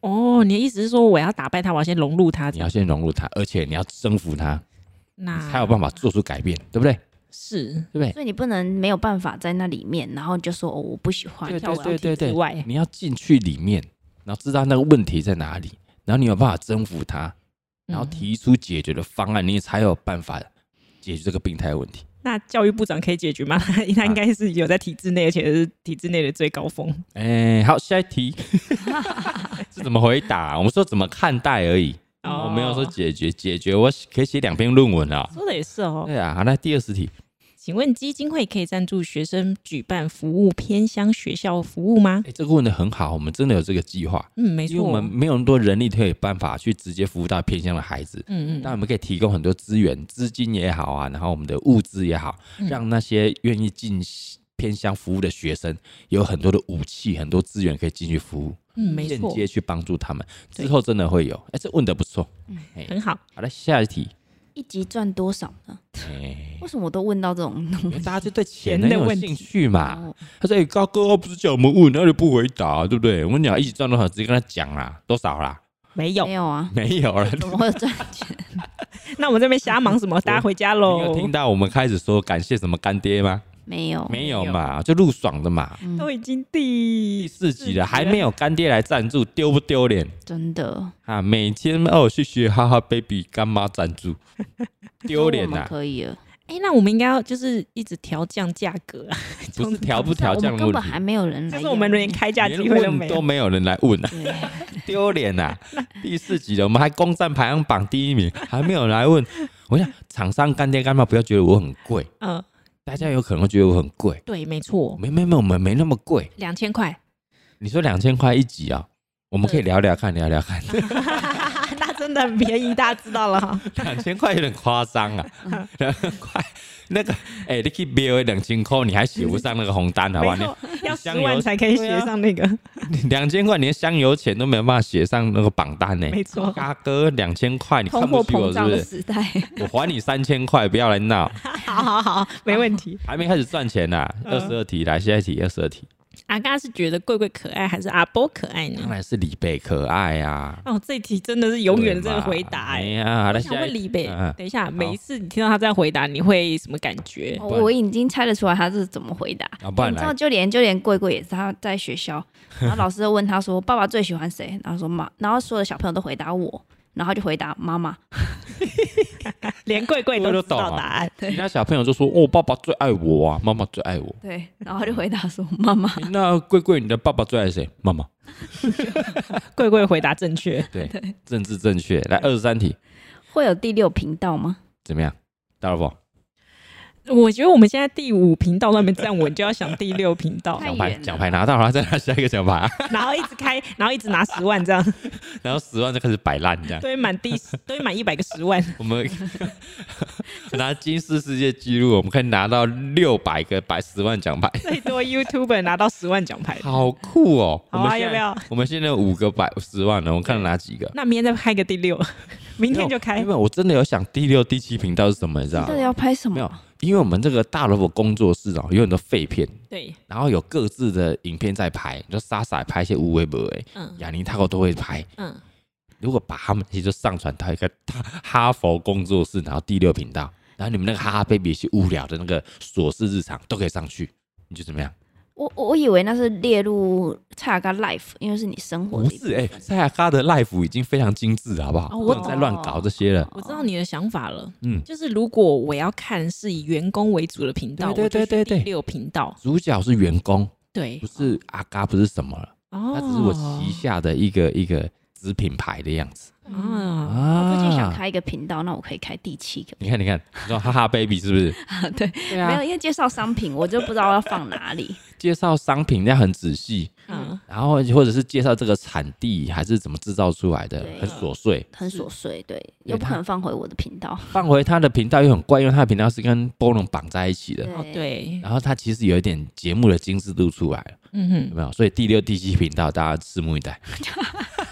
哦，你的意思是说我要打败他，我要先融入他， 你要先融入他，而且你要征服他， 那才有办法做出改变，对不对？ 是， 对不对？ 所以你不能没有办法在那里面，然后就说哦我不喜欢， 对跳对对对之外对，你要进去里面，然后知道那个问题在哪里，然后你有办法征服它，然后提出解决的方案，你才有办法解决这个病态的问题。 那教育部长可以解决吗？他应该是有在体制内，而且是体制内的最高峰。 哎、欸，好，下一题是怎么回答？我们说怎么看待而已，哦、我没有说解决，解决我可以写两篇论文啊。 说的也是哦。 对啊，好，那第二十题。 请问基金会可以赞助学生举办服务偏乡学校服务吗？ 哎、欸，这个问得很好，我们真的有这个计划。 嗯，没错， 因为我们没有那么多人力，可以办法去直接服务到偏乡的孩子。嗯嗯，但我们可以提供很多资源，资金也好啊，然后我们的物资也好，嗯、让那些愿意进偏乡服务的学生有很多的武器、很多资源可以进去服务。嗯，没错，间接去帮助他们，之后真的会有。哎、欸，这问得不错， 嗯，很好。 好了，下一题。 一集赚多少呢？欸、为什么我都问到这种东西？ 大家就对钱很有兴趣嘛。哦、他说：“哎、欸，高哥不是叫我们问，他就不回答，对不对？”我跟你讲，一集赚多少，直接跟他讲啦，多少啦？ 没有， 没有啊， 没有了。 怎么会赚钱？ 那我们这边瞎忙什么？大家回家喽。 你有听到我们开始说感谢什么干爹吗？ 没有， 没有嘛，就录爽的嘛。 嗯、都已经第第四集了，还没有干爹来赞助，丢不丢脸？ 真的啊，每天哦，谢谢哈哈 baby 干妈赞助，丢脸呐！ 可以了。 哎、欸，那我们应该要就是一直调降价格啊， 不是调不调降的问题， 根本还没有人来， 就是我们连开价机会都没有， 都没有人来问啊，丢脸呐！第四集了，我们还攻占排行榜第一名，还没有人来问。我想厂商干爹干妈不要觉得我很贵，嗯、呃，大家有可能会觉得我很贵， 对，没错， 没没没，我们没那么贵， 两千块。 你说两千块一集啊？我们可以聊聊看，聊聊看。 那真的很便宜，大家知道了哈。 两千块有点夸张啊，两千块那个，哎、欸，你去标两千块，你还写不上那个红单，好不好？ 你要十万才可以写上那个。 两千块，你连香油钱都没有办法写上那个榜单呢、欸。 没错， 大哥，两千块你看不起我是不是？ 时代我还你三千块，不要来闹。 好好好，没问题。 还没开始赚钱呢、啊，二十二题来，下一题，二十二题。 阿嘎是觉得贵贵可爱还是阿波可爱呢？ 当然是李贝可爱啊！ 哦，这一题真的是永远的这个回答哎、欸。 哎呀，好了， 我想问李贝、 嗯， 等一下，每一次你听到他在回答，你会什么感觉？ 哦、我已经猜得出来他是怎么回答。 啊、不然你知道，就连就连贵贵也是他在学校，然后老师就问他说：“爸爸最喜欢谁？”然后说妈，然后所有的小朋友都回答我。然后就回答妈妈， 连贵贵都知道答案。 其他小朋友就说：“哦，爸爸最爱我啊，妈妈最爱我。” 对，然后他就回答说：“妈妈。” 那贵贵，你的爸爸最爱谁？妈妈。 贵贵回答正确， 对，政治正确。来，二十三题， 会有第六频道吗？ 怎么样？到了不？ 我觉得我们现在第五频道都还没站稳，就要想第六频道。 奖牌奖牌拿到了，再拿下一个奖牌。 然后一直开，然后一直拿十万这样。 然后十万就开始摆烂这样。 对，满第对满一百个十万。 我们拿金氏世界纪录，我们可以拿到六百个百十万奖牌。 最多 YouTuber 拿到十万奖牌， 好酷哦！ 好啊，要不要？ 我们现在有五个百十万了，我们看哪几个？ 那明天再开个第六，明天就开。 因为我真的有想第六、第七频道是什么，你知道吗？ 到底要拍什么？ 没有。因为我们这个大萝卜工作室哦，有很多废片， 对， 然后有各自的影片在拍，就傻傻拍一些无微博哎，嗯，雅尼他都会拍，嗯，如果把他们其实就上传到一个哈佛工作室，然后第六频道，然后你们那个哈哈 baby 一些无聊的那个琐事日常都可以上去，你觉得怎么样？ 我我以为那是列入蔡雅嘎 life， 因为是你生活的。 不是哎，蔡雅嘎的 life 已经非常精致了，好不好？哦、不能再乱搞这些了。 我知道你的想法了，嗯，就是如果我要看是以员工为主的频道， 对对对对， 第六频道主角是员工， 对， 不是阿嘎，不是什么了，哦，他只是我旗下的一个一个子品牌的样子。 啊！我最近想开一个频道，那我可以开第七个。 你看，你看，你说哈哈 baby 是不是？ 对，对啊，没有，因为介绍商品，我就不知道要放哪里。 介绍商品要很仔细，嗯，然后或者是介绍这个产地还是怎么制造出来的，很琐碎， 很琐碎，对，又不可能放回我的频道， 放回他的频道又很怪，因为他的频道是跟波隆绑在一起的， 哦，对， 然后他其实有一点节目的精致度出来了，嗯哼，有没有？所以第六、第七频道大家拭目以待。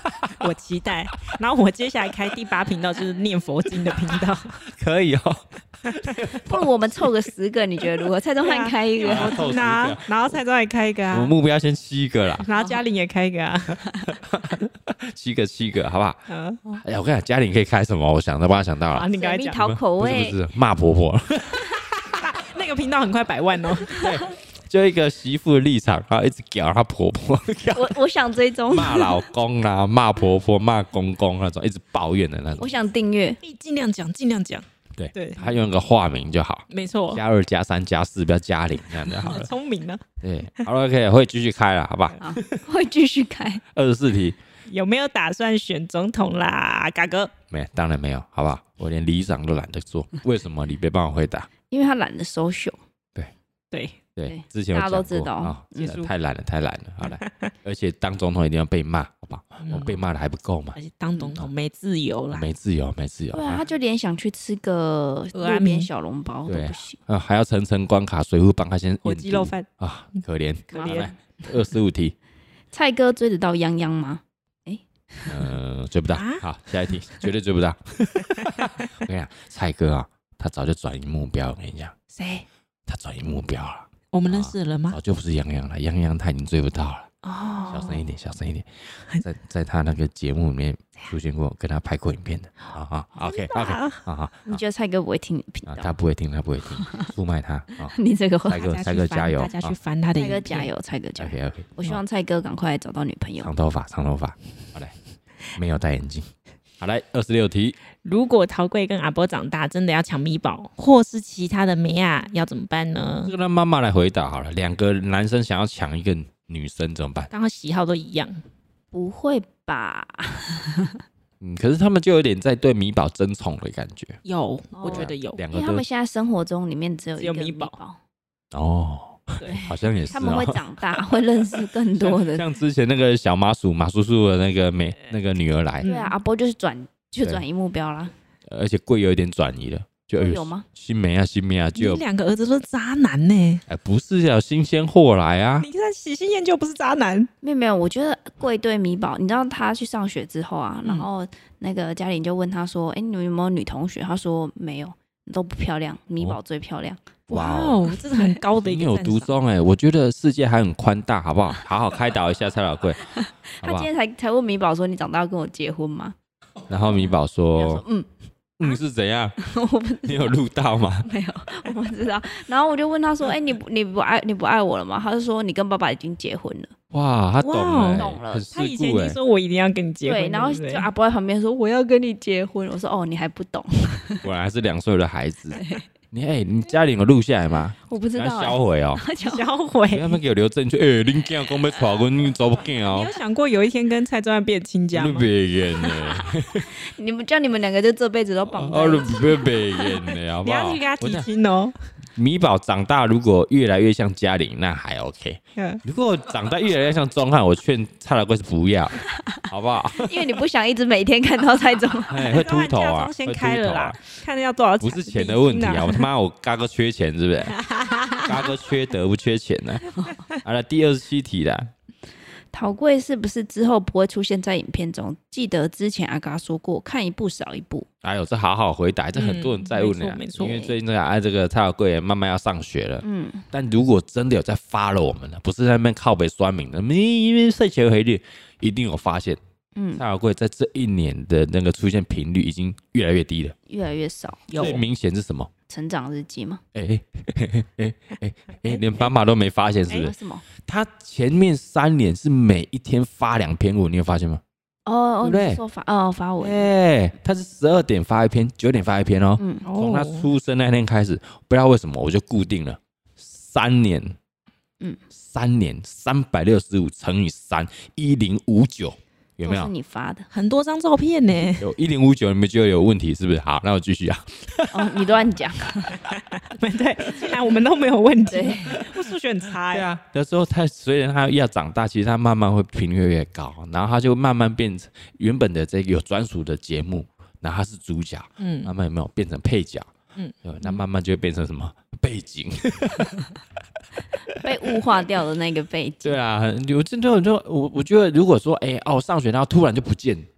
我期待。然后我接下来开第八频道，就是念佛经的频道。 可以哦。 不如我们凑个十个，你觉得如何？蔡宗翰开一个， 那然后蔡宗翰也开一个啊。 我们目标先七个啦， 然后嘉玲也开一个啊。 七个七个，好不好？嗯。哎呀，我跟你讲，嘉玲可以开什么？我想都帮他想到了。 啊，你刚才讲。 蜜桃口味。 不是不是，骂婆婆。 那个频道很快百万哦。 对。就一个媳妇的立场，然后一直屌她婆婆， 我我想追踪骂老公啦、骂婆婆、骂公公那种，一直抱怨的那种。 我想订阅， 尽量讲，尽量讲。 对对，他用一个化名就好， 没错， 加二加三加四，不要加零，这样就好了。 聪明呢。 对，好了 ，OK， 会继续开了，好不好？ 好，会继续开。 二十四题， 有没有打算选总统啦，嘎哥？ 没，当然没有，好不好？我连里长都懒得做，为什么？你别帮我回答。 因为他懒得收手。 对对。 对，之前大家都知道啊，太懒了，太懒了，好了。而且当总统一定要被骂，好不好？我被骂的还不够嘛？ 而且当总统没自由啦， 没自由，没自由。 对啊，他就连想去吃个路边小笼包都不行啊，还要层层关卡，水户帮他先火鸡肉饭啊，可怜可怜。 二十五题， 蔡哥追得到泱泱吗？哎， 嗯，追不到。好，下一题，绝对追不到。我跟你讲，蔡哥啊，他早就转移目标。我跟你讲， 谁？ 他转移目标了。 我们认识了吗？ 早就不是泱泱了，泱泱他已经追不到了。 哦， 小声一点，小声一点。在在他那个节目里面出现过，跟他拍过影片的。啊啊 ，OK OK， 啊好。 你觉得蔡哥不会听你的频道？ 他不会听，他不会听，出卖他。 你这个蔡哥，蔡哥加油！ 大家去翻他的影片。蔡哥加油，蔡哥加油。 OK OK， 我希望蔡哥赶快找到女朋友。 长头发，长头发。好嘞，没有戴眼镜。好来，二十六题。 如果陶贵跟阿波长大，真的要抢米宝，或是其他的妹啊，要怎么办呢？ 这个让妈妈来回答好了。两个男生想要抢一个女生怎么办？ 刚好喜好都一样。 不会吧？ 嗯，可是他们就有点在对米宝争宠的感觉。 有，我觉得有。 两个因为他们现在生活中里面只有一个米宝。 哦。 对， 好像也是、哦。 他们会长大，会认识更多的。 像, 像之前那个小马叔马叔叔的那个美那个女儿来。 对啊，阿波就是转就转移目标啦。 而且贵有一点转移了，就有吗？ 新梅啊，新梅啊，就有你两个儿子都是渣男呢、欸。 哎，不是有新鲜货来啊！ 你看喜新厌旧不是渣男？ 没有没有，我觉得贵对米宝，你知道他去上学之后啊，嗯、然后那个嘉玲就问他说：“哎、欸，你们有没有女同学？”他说：“没有，都不漂亮，米宝最漂亮。” 哇哦，这是很高的一个。 你有独钟哎，我觉得世界还很宽大，好不好？好好开导一下蔡老贵。 他今天才才问米宝说：“你长大要跟我结婚吗？” 然后米宝说：“ 嗯嗯，是怎样？ 我不你有录到吗？ 没有，我不知道。然后我就问他说：‘哎、欸，你不你不爱你不爱我了吗？’他就说：‘你跟爸爸已经结婚了。’ 哇，他懂了， 懂了。 他以前已经说我一定要跟你结婚， 对，然后就阿伯在旁边说：‘我要跟你结婚。’我说：‘哦，你还不懂。’ 果然还是两岁的孩子。你哎、欸，你家里有录下来吗？ 我不知道、欸， 销毁哦， 销毁。 他们给我留证据，哎、欸，恁囝讲要娶我，你走不见哦。 你有想过有一天跟蔡宗翰变亲家吗？ 别演呢， 你们叫你们两个就这辈子都绑在一起。 别别演呢，好不好？ 你要去跟他提亲哦。 米宝长大如果越来越像嘉玲，那还 OK。如果长大越来越像钟汉，我劝蔡老贵是不要，好不好？ 因为你不想一直每天看到蔡宗翰， 哎，会秃头啊， 先开了啦，看要多少钱？ 不是钱的问题啊！我他妈我嘎哥缺钱是不是？嘎哥缺德不缺钱呢？好了，第二十七题啦。 陶贵是不是之后不会出现在影片中？记得之前阿嘎说过，看一部少一部。 哎呦，这好好回答，这很多人在问的、嗯， 没错， 因为最近这个哎，这个蔡老贵也慢慢要上学了。嗯，但如果真的有在 follow 我们的，不是在那边靠北酸民的，因为睡前回率一定有发现。嗯，蔡老贵在这一年的那个出现频率已经越来越低了， 越来越少。 最明显是什么？ 成长日记吗？ 哎哎哎哎哎，连爸妈都没发现是不是？ 为什么？ 他前面三年是每一天发两篇文，你有发现吗？ 哦哦，对你说发哦发文， 哎，他是十二点发一篇，九点发一篇哦。嗯，从他出生那天开始，不知道为什么我就固定了三年，嗯，三年三百六十五乘以三，一零五九。有没有？ 都是你发的， 很多张照片呢。 有一零五九，你们觉得有问题是不是？好，那我继续啊。 哦，你乱讲。 对，既然我们都没有问题，我数学很差。 对啊，有时候他随着他要长大，其实他慢慢会频率越来越高，然后他就慢慢变成原本的这个有专属的节目，然后他是主角，嗯，慢慢有没有变成配角？嗯，那慢慢就会变成什么背景？ 被物化掉的那个背景。 对啊，我真的就我我觉得，如果说哎、欸、哦上学然后突然就不见，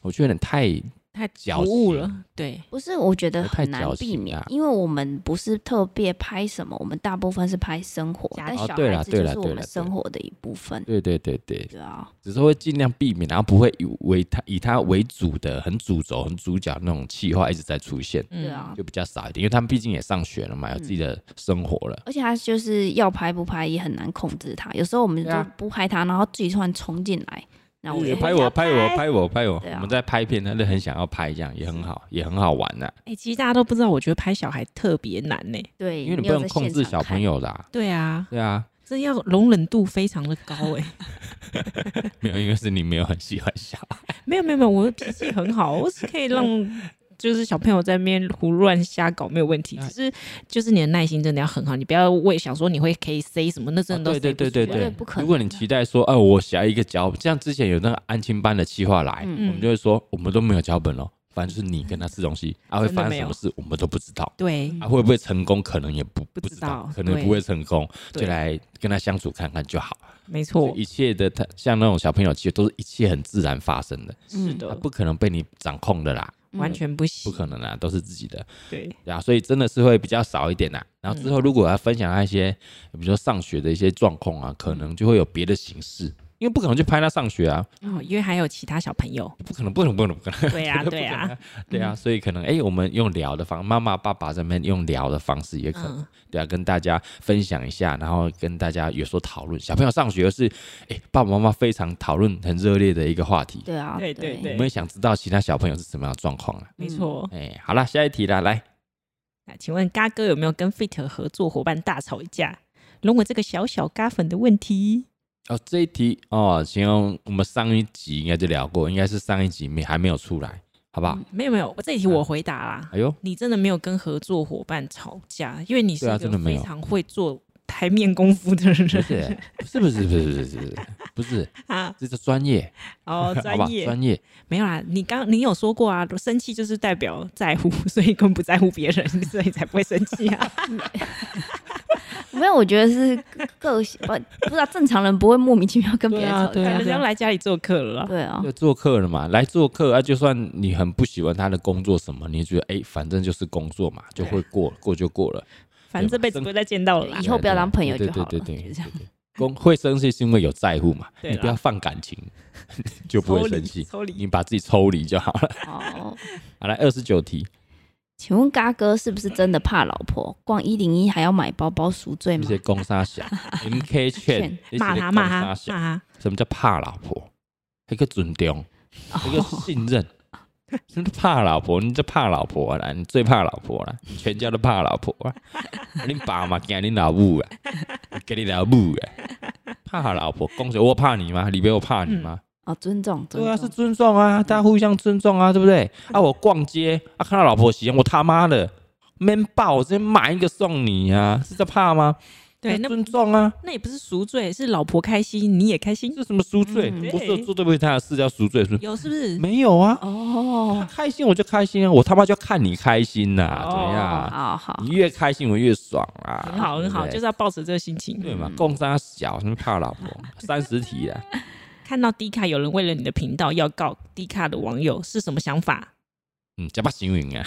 我觉得有点太太矫突兀了情， 对， 不是，我觉得太很难矫情避免啊， 因为我们不是特别拍什么，我们大部分是拍生活， 家但小哦对啦孩子就是我们对啦对啦对生活的一部分。 对对对对， 对啊， 只是会尽量避免，然后不会以为他以他为主的很主轴、很主角那种企划一直在出现， 嗯对啊， 就比较少一点，因为他们毕竟也上学了嘛，有自己的生活了。 而且他就是要拍不拍也很难控制他，有时候我们就对啊不拍他，然后自己突然冲进来，然后我也拍我拍我拍我拍我， 对啊我们在拍片，他就很想要拍，这样也很好，也很好玩呐。 哎、其实大家都不知道，我觉得拍小孩特别难呢、 对， 因为你不有在能控制小现场看朋友的啊， 对啊， 对啊， 这要容忍度非常的高哎、 没有，因为是你没有很喜欢小孩， 没有没有没有，我的脾气很好，我是可以让就是小朋友在那边胡乱瞎搞没有问题，只是就是你的耐心真的要很好，你不要为想说你会可以 say 什么，那真的都对对 say 不出来对对对不可能如果你期待说，哦，我写一个脚本，像之前有那个安亲班的企划来， 嗯我们就会说，我们都没有脚本哦，反正就是你跟他吃东西，啊，会真的没有发生什么事，我们都不知道。 对啊，会不会成功？可能也不不不知道知道， 可能对不会成功， 对就来跟他相处看看就好。 没错， 一切的他像那种小朋友，其实都是一切很自然发生的， 嗯他是的， 不可能被你掌控的啦， 完全不不行， 可能啦，都是自己的， 对， 对啊，所以真的是会比较少一点啦。然后之后如果要分享他一些，比如说上学的一些状况啊，可能就会有别的形式。因为不可能去拍他上学啊， 哦，因为还有其他小朋友， 不可能，不可能，不可能，不可能。 对呀、对呀、 对啊，所以可能哎、欸我们用聊的方，妈妈、爸爸这边用聊的方式也可能， 嗯对啊，跟大家分享一下，然后跟大家有所讨论。小朋友上学又是哎、欸爸爸妈妈非常讨论很热烈的一个话题， 对啊， 对对对我们也想知道其他小朋友是什么样的状况啊。 没错。 哎、好了，下一题啦，来， 那请问嘎哥有没有跟 Fit 合作伙伴大吵一架？容我这个小小嘎粉的问题。 哦，这一题哦，形容我们上一集应该就聊过，应该是上一集没还没有出来，好不好？ 没有没有，我这一题我回答啦。 哎呦， 你真的没有跟合作伙伴吵架，因为你是对啊一个真的没有非常会做台面功夫的人不是，不是，不是，不是，不是，不是，不是， 啊。 这是专业， 哦， 好吧专？业专业， 没有啦。你刚你有说过啊，生气就是代表在乎，所以更不在乎别人，所以才不会生气啊。 没有，我觉得是个性，不不知道正常人不会莫名其妙跟别人吵架。 对啊人家要来家里做客了啦。 对啊， 就做客了嘛，来做客啊，就算你很不喜欢他的工作什么，你觉得哎、反正就是工作嘛，就会过过就过了。 反正这辈子不会再见到了啦以。后不要当朋友就好了。 对对对对对就这样。 公会生气是因为有在乎嘛， 对啦你不要放感情，就不会生气， 抽离， 你把自己抽离就好了。 哦， 好，来二十九题， 请问嘎哥是不是真的怕老婆？逛一零一还要买包包赎罪吗？ 这些攻杀小 M K 券， 骂他骂他骂小， 他， 什么叫怕老婆？一个尊重，一个哦信任。真的怕老婆，你就怕老婆啦，你最怕老婆啦，你全家都怕老婆啊！你爸嘛惊你老母啊，给你老母啊，怕老婆，恭喜我怕你吗？李贝我怕你吗？ 哦，尊重，尊对啊， 重是尊重啊，大家互相尊重啊，对不对？啊，我逛街啊，看到老婆喜欢，我他妈的闷爆，我直接买一个送你啊，是在怕吗？ 对，那尊重啊， 那也不是赎罪，是老婆开心，你也开心， 这什么赎罪？ 嗯我说做对不起他的事叫赎罪，是不是？ 有是不是？ 没有啊， 哦， 开心我就开心啊，我他妈就要看你开心呐、 哦怎么样？ 好好你越开心我越爽啊， 很好很好， 对不对就是要抱持这个心情。 对嘛，共杀小，什么怕老婆？三十题了， 看到 D 卡有人为了你的频道要告 D 卡的网友，是什么想法？ 嗯，加把幸运啊，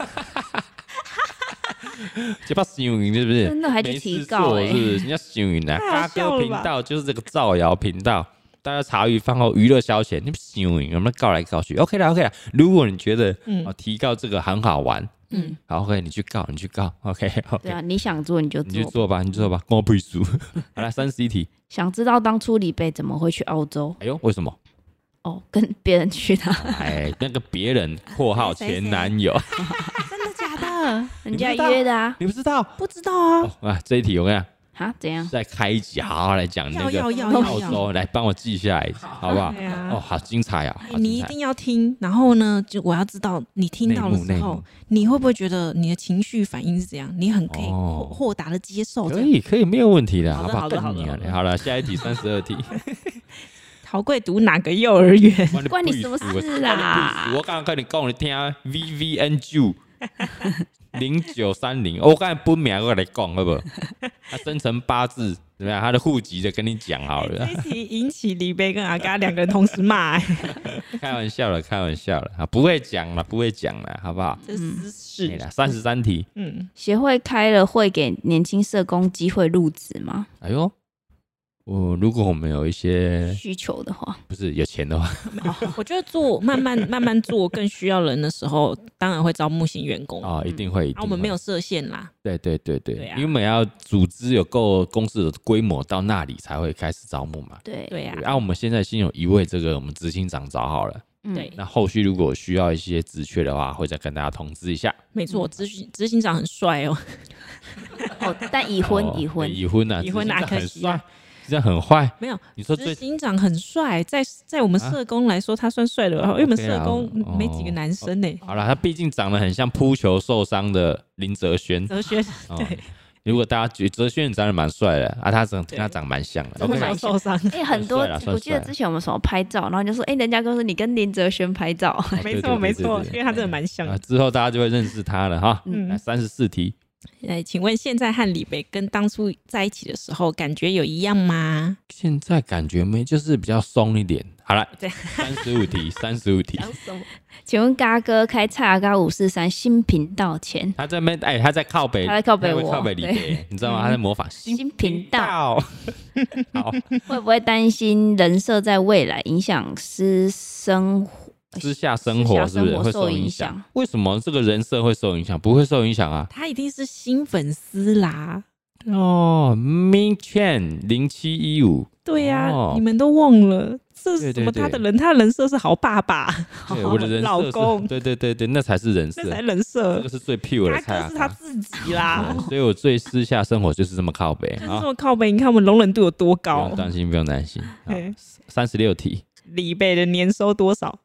加把幸运是不是？ 真的还去没提事告哎做是不是？人家幸运啊， 太好嘎哥频笑了吧道就是这个造谣频道。大家茶余饭后娱乐消遣，你们幸运，我们告来告去，OK 啦 OK 啦。如果你觉得嗯哦提告这个很好玩， 嗯， 好 OK，你去告，你去告，OK 对 OK， 啊，你想做你就你去做。 做吧，你做吧，关我屁事。好了，三十一题， 想知道当初李贝怎么会去澳洲？ 哎呦，为什么？ 哦，跟别人去的， 哎，那个别人（括号前男友真的假的？ 人家你不知道约的啊）， 你不知道？ 不知道啊。 哦啊，这一题我跟你讲， 哈，怎样？ 再开一集，好好来讲那个要要要要澳洲，来帮我记下来，好不好？ 对啊哦，好精彩啊！ 哎好精彩你一定要听，然后呢，就我要知道你听到的时候内幕内幕， 你会不会觉得你的情绪反应是怎样？你很可以哦豁豁达的接受这样。 可以可以，没有问题的， 好的不好？ 好的好的干你啊好！的好了，下一题三十二题， 陶贵读哪个幼儿园？ 关你什么事啊我刚刚跟你讲，你听 V V N 九零九三零，我刚才本名我来讲好不好？他生辰八字怎么样？他的户籍就跟你讲好了。 欸、这一题引起李贝跟阿嘎两个人同时骂、欸， 开玩笑了，开玩笑了，不会讲了，不会讲了，好不好？ 这是私事。 三十三题， 嗯， 协会开了会给年轻社工机会入职吗？ 哎呦。我如果我们有一些需求的话， 不是有钱的话， 我觉得做慢慢慢慢做更需要人的时候，当然会招募新员工哦，一定会。一定会啊，我们没有设限啦。 对对对对， 对啊、 因为我们要组织有够公司的规模到那里才会开始招募嘛。 对对啊。 然后、啊、我们现在先有一位这个我们执行长找好了， 对。 那后续如果需要一些职缺的话，会再跟大家通知一下。 没错，执行执行长很帅哦。 哦，但已婚、 哦、 已婚已婚啊， 已婚哪可惜啊。 这样很坏， 没有。 你说执行长很帅，在在我们社工来说，他算帅的，因为我们社工没几个男生呢、欸哦。好了，他毕竟长得很像扑球受伤的林哲轩。 哲轩，对。 哦如果大家觉得哲轩长得蛮帅的啊，他长跟他长蛮像的， 扑球受伤。 哎、欸，很多我记得之前我们什么拍照，然后就说，哎、欸，人家跟我说你跟林哲轩拍照， 哦、 没错没错，因为他真的蛮像的、 啊。之后大家就会认识他了哈。嗯，来三十四题。 哎，请问现在和李北跟当初在一起的时候感觉有一样吗？ 现在感觉没，就是比较松一点。好了，三十五题，三十五题。 请问嘎哥开蔡阿嘎五四三新频道前， 他在那边哎，他在靠北， 他在靠北我， 靠北李北，你知道吗？他在模仿新频道。 好， 会不会担心人设在未来影响私生活？ 私下生活是不是会受影响？为什么这个人设会受影响？不会受影响啊！ 他一定是新粉丝啦。 哦 ，Min Chen 零七一五， 对呀、啊哦，你们都忘了，这是什么？他的人，他的人设是好爸爸， 对我的人老公， 对对对对，那才是人设， 那才人设， 这个是最 pure 的菜啊， 是他自己啦。 所以我最私下生活就是这么靠北， 就是这么靠北。你看我们容忍度有多高？ 不用担心，不用担心。三十六题， 李贝的年收多少？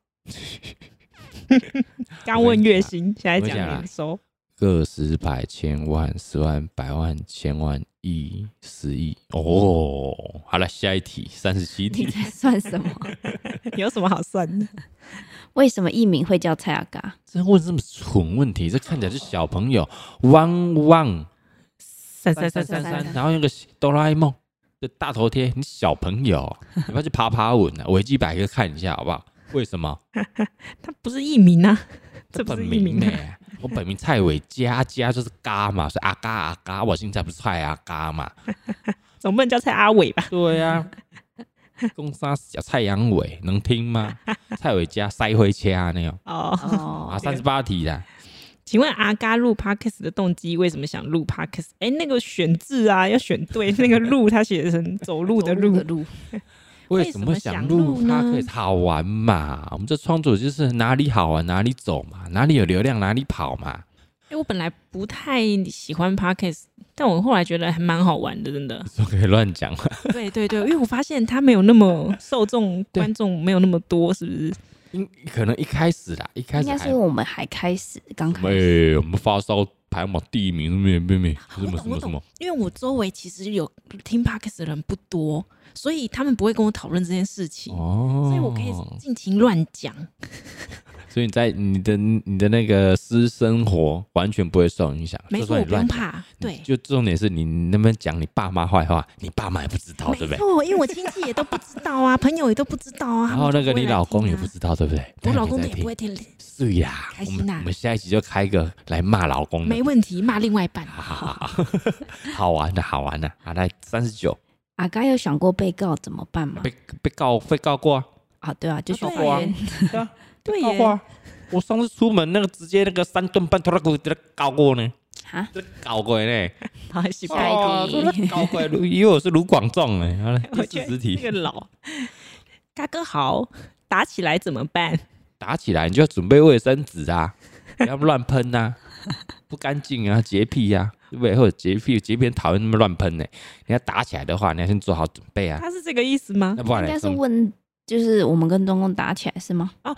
刚问月薪，现在讲年收。 个十百千万十万百万千万亿十亿哦。好了，下一题，三十七题。 你在算什么？ 有什么好算的？ 为什么艺名会叫蔡阿嘎？ 这问这么蠢问题，这看起来是小朋友汪汪三三三三三， 然后那个哆啦 A 梦的大头贴，你小朋友，你不要去爬爬文啊，维基百科看一下好不好？为什么？ 他不是艺名啊，这不是艺名、 欸。我本名蔡伟嘉，嘉就是嘎嘛，所以阿嘎阿嘎，我现在不是蔡阿嘎嘛， 总不能叫蔡阿伟吧？ 对呀、啊，公杀小蔡阳伟能听吗？蔡伟嘉塞回掐那样。哦啊，三十八题啦。 请问阿嘎录 podcast 的动机？为什么想录 podcast？ 哎、欸，那个选字啊，要选对，那个路他写成走路的路。 路为什么想录 podcast？ 好玩嘛，我们这创作就是哪里好玩哪里走嘛，哪里有流量哪里跑嘛。 哎、欸，我本来不太喜欢 podcast， 但我后来觉得还蛮好玩的，真的。 说可以乱讲嘛？ 对对对，因为我发现他没有那么受众，观众没有那么多，是不是？ 可能一开始啦，一开始应该是我们还开始刚开始， 欸、我们发烧排行榜第一名，没没没，什么什么什么？ 因为我周围其实有听 podcast 的人不多，所以他们不会跟我讨论这件事情，哦，所以我可以尽情乱讲。 所以你在你的你的那个私生活完全不会受影响， 没错，我不用怕。对， 就重点是你能不能讲你爸妈坏话，你爸妈也不知道，对不对？ 没错，因为我亲戚也都不知道啊，朋友也都不知道啊。 然后那个你老公也不知道，对不对？ 我老公也不会听。 是呀， 开心啊！ 我们下一集就开一个来骂老公的， 没问题，骂另外一半。 好，好玩的，好玩的。好，来三十九。 阿嘎有想过被告怎么办吗？ 被被告被告过啊？ 啊，对啊，就去告啊，对啊， 对告过啊。我上次出门那个直接那个三顿半拖拉给我搞过呢， 哈， 搞过呢。 好，下一题， 搞过，以为我是卢广仲哎。好了，第四十题。 这个老嘎哥好，打起来怎么办？ 打起来你就要准备卫生纸啊，不要乱喷呐，不干净啊，洁癖呀、啊，对不对？或者洁癖，洁癖讨厌那么乱喷呢。你要打起来的话，你要先做好准备啊。 他是这个意思吗？ 那不然应该是问。就是我们跟中共打起来是吗？ 哦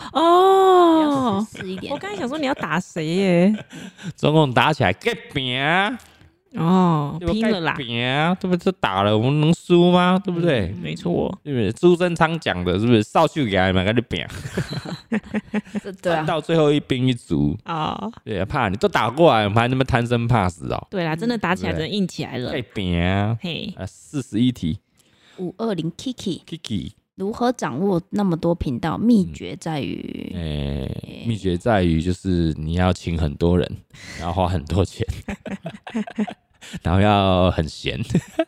哦， 是一点。 我刚才想说你要打谁耶？ 中共打起来，给饼啊！ 哦，拼了啦， 对不对？这打了，我们能输吗？对不对？ 嗯、没错， 对不对？朱贞昌讲的是不是？少秀给他们跟你拼， 对啊， 到最后一兵一卒啊、哦， 对啊，怕你都打过来，我们还那么贪生怕死哦。 对啦，真的打起来，真的硬起来了， 可以拼啊！ 嘿， 啊，四十一题， 五二零 Kiki Kiki。 如何掌握那么多频道？秘诀在于， 嗯欸、秘诀在于就是你要请很多人，然后花很多钱，然后要很闲，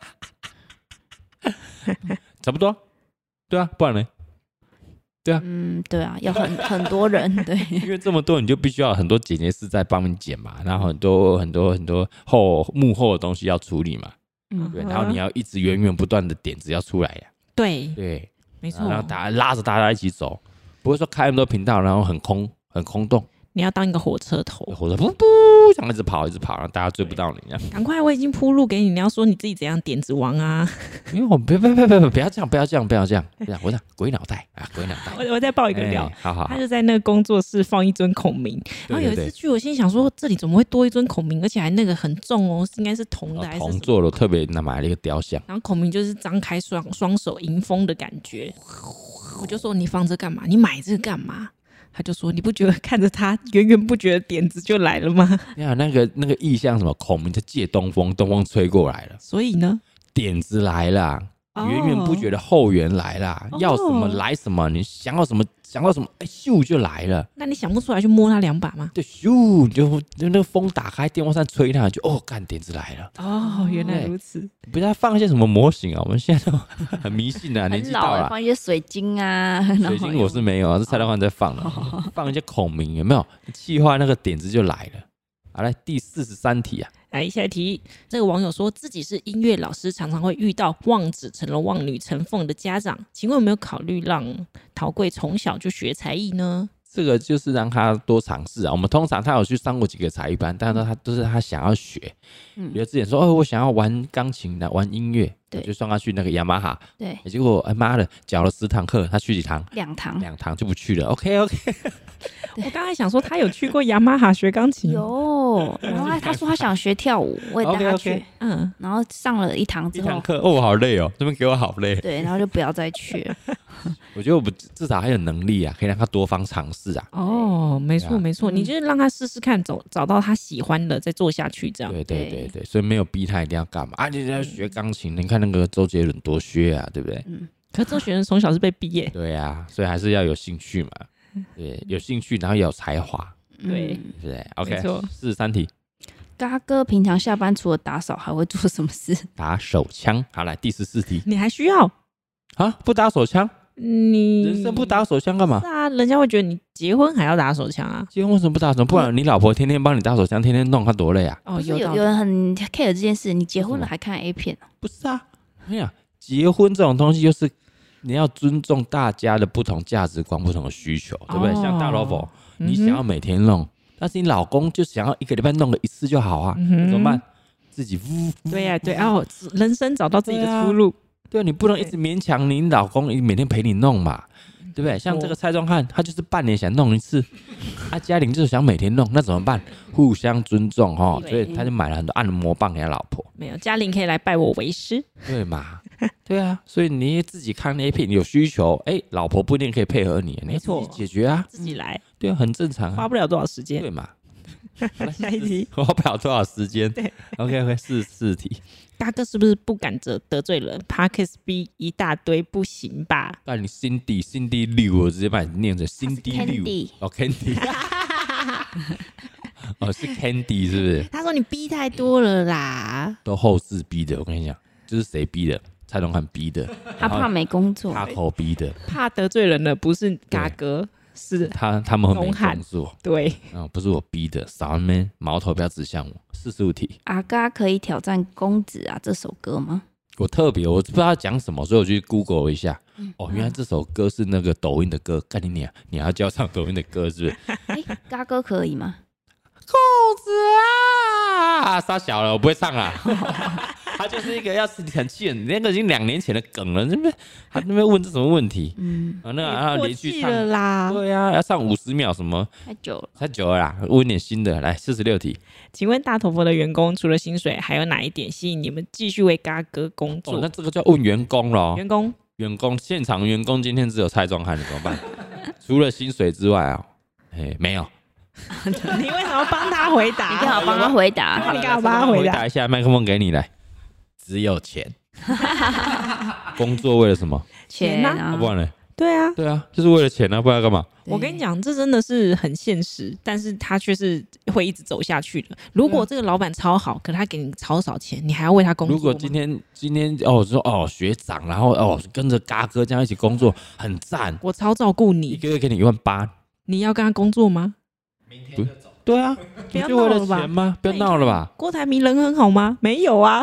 差不多，对啊，不然呢？对啊， 嗯，对啊，要很很多人，对， 因为这么多，你就必须要有很多剪接师在帮你剪嘛，然后很多很多很多后幕后的东西要处理嘛，嗯，对，然后你要一直源源不断的点子要出来呀、啊， 对对。 没错， 然后大家拉着大家一起走，不会说开那么多频道，然后很空很空洞。 你要当一个火车头， 火车噗噗这样一直跑一直跑，然后大家追不到你。 赶快，我已经铺路给你，你要说你自己怎样点子王啊？ 因为我别别别别别不要这样，不要这样，不要这样，不要我讲鬼脑袋啊，鬼脑袋。 我我再爆一个料， 欸、好好好， 他就在那个工作室放一尊孔明，然后有一次去，我心想说这里怎么会多一尊孔明，而且还那个很重哦，应该是铜的还是铜做的，特别买了一个雕像。 然后孔明就是张开双双手迎风的感觉。我就说你放这干嘛？你买这个干嘛？他就说你不觉得看着他源源不绝的点子就来了吗？ 你看那个那个意象什么，孔明在借东风，东风吹过来了， 所以呢， 点子来了。源源不绝的后援来啦，哦、要什么来什么，你想要什么想到什么，哎、欸，咻就来了。 那你想不出来就摸它两把吗？ 对，咻就就那个风打开，电风扇吹它，就哦，干点子来了。 哦，原来如此。 不要放一些什么模型啊，我们现在都很迷信啊，年纪到了， 放一些水晶啊。 水晶我是没有啊，是蔡老板在放的、哦，放一些孔明有没有？企划那个点子就来了。好，来第四十三题啊。 来，下一题，这个网友说自己是音乐老师，常常会遇到望子成龙、望女成凤的家长，请问有没有考虑让陶贵从小就学才艺呢？ 这个就是让他多尝试啊。我们通常他有去上过几个才艺班，但是他都是他想要学。嗯，比如之前说，哦，我想要玩钢琴的，玩音乐，对，就送他去那个雅马哈。 对， 结果哎妈的，缴了十堂课，他去几堂？ 两堂， 两堂就不去了。OK OK。 我刚才想说，他有去过雅马哈学钢琴， 有。然后他说他想学跳舞，我也带他去。Okay, okay. 嗯，然后上了一堂之后， 一堂课哦，好累哦，这边给我好累。 对，然后就不要再去了。 我觉得我们至少还有能力啊，可以让他多方尝试啊。 哦，没错、啊、没错，你就是让他试试看，找找到他喜欢的，再做下去这样。 对对对对，所以没有逼他一定要干嘛啊！你要学钢琴，你看那个周杰伦多削啊，对不对？嗯。 可是周杰伦从小是被逼耶。 对啊，所以还是要有兴趣嘛。对，有兴趣，然后也有才华。 对， 对不对 ？OK， 四十三题。 嘎哥平常下班除了打扫，还会做什么事？ 打手枪。好，来第十四题。 你还需要啊？不打手枪？ 你人生不打手枪干嘛？ 是啊，人家会觉得你结婚还要打手枪啊。 结婚为什么不打手枪？不然你老婆天天帮你打手枪，天天弄，她多累啊！ 哦，有有人很 care 这件事。你结婚了还看 A 片、啊？ 不是啊，没有。结婚这种东西就是你要尊重大家的不同价值观、不同的需求，对不对？哦、像大老婆，你想要每天弄，嗯、但是你老公就想要一个礼拜弄个一次就好啊，嗯、那怎么办？自己呜。 对呀、啊、对哦，人生找到自己的出路。 对，你不能一直勉强你老公每天陪你弄嘛，对不对？像这个蔡宗翰，他就是半年想弄一次，啊，嘉玲就是想每天弄，那怎么办？互相尊重哈，所以他就买了很多按摩棒给他老婆。 没有，嘉玲可以来拜我为师。 对嘛？对啊，所以你自己看 A 片，你有需求，哎，老婆不一定可以配合你， 没错， 你自己解决啊， 自己来。 对啊，很正常、啊， 花不了多少时间。 对嘛？ 下一题， 花不了多少时间。对 ，OK OK， 四十四题。 大哥是不是不敢得得罪人 ？Parkes B 一大堆不行吧？ 那你 Cindy Cindy 六，我直接把你念成 Cindy 六。哦 ，Candy。哦，是 Candy 是不是？ 他说你逼太多了啦。 都后置逼的，我跟你讲，就是谁逼的？蔡宗翰逼的。 他怕没工作。 他口逼的。 怕得罪人的不是嘎哥。是他他们没工作， 对， 嗯，不是我逼的，少们矛头不要指向我。四十五题， 阿嘎可以挑战公子啊这首歌吗？ 我特别我不知道讲什么，所以我去 Google 一下。嗯、哦，原来这首歌是那个抖音的歌，干你娘！你还要教唱抖音的歌是不是？ 哎、欸，嘎哥可以吗？ 公子啊，傻小了，我不会唱啊。 他就是一个要是很气人，那个已经两年前的梗了，那边他那边问这什么问题？嗯，啊，那个要连续唱了啦， 对啊，要唱五十秒什么？ 太久了， 太久了啦，问点新的，来四十六题。 请问大头佛的员工除了薪水，还有哪一点吸引你们继续为嘎哥工作？ 哦，那这个叫问员工咯。 员工， 员工，现场员工今天只有蔡壮汉，你怎么办？除了薪水之外啊，哎，没有。 你为什么帮他回答？ 你刚好帮他回答， 你刚好帮他回答。 回答一下，麦克风给你来。只有钱。工作为了什么？ 钱啊， 啊不然呢？ 对啊， 对啊，就是为了钱啊，不然干嘛？ 我跟你讲，这真的是很现实，但是他却是会一直走下去的。如果这个老板超好，可他给你超少钱，你还要为他工作吗？ 如果今天今天哦说哦学长，然后哦跟着嘎哥这样一起工作，很赞， 我超照顾你， 一个月给你一万八， 你要跟他工作吗？ 明天就走。 对啊， 不要就为了闹了吧钱吗？不要闹了吧？ 郭台铭人很好吗？没有啊。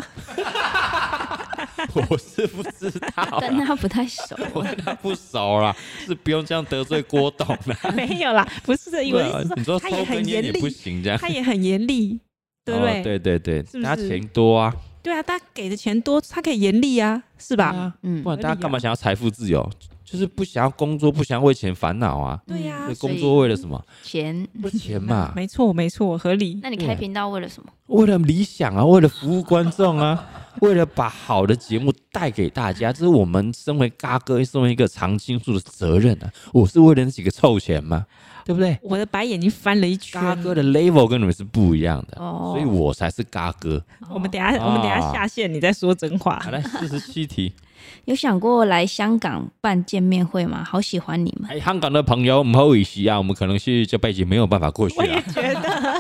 我是不知道， 跟他不太熟， 我跟他不熟啦，是不用这样得罪郭董啦。 没有啦，不是这意思， 你说他也抽根烟也很严厉， 不行，这样他也很严厉，对不对？ 哦、对对对， 是不是他钱多啊， 对啊，他给的钱多，他可以严厉啊，是吧？ 啊、 嗯不然大家干嘛想要财富自由？就是不想要工作，不想要为钱烦恼啊。 对呀、 啊，工作为了什么？ 钱， 为钱嘛。 没错没错，合理。 那你开频道为了什么？ 为了理想啊，为了服务观众啊，为了把好的节目带给大家，这是我们身为嘎哥身为一个常青树的责任啊。我是为了那几个臭钱吗？对不对？ 我的白眼睛翻了一圈。 嘎哥的 level 跟你们是不一样的， 哦、 所以我才是嘎哥。 我们等一下、哦、我们等一下下线，你再说真话。 好，来四十七题。 有想过来香港办见面会吗？好喜欢你们。 哎，香港的朋友，不好意思啊，我们可能是这辈子没有办法过去我也啊。 觉得。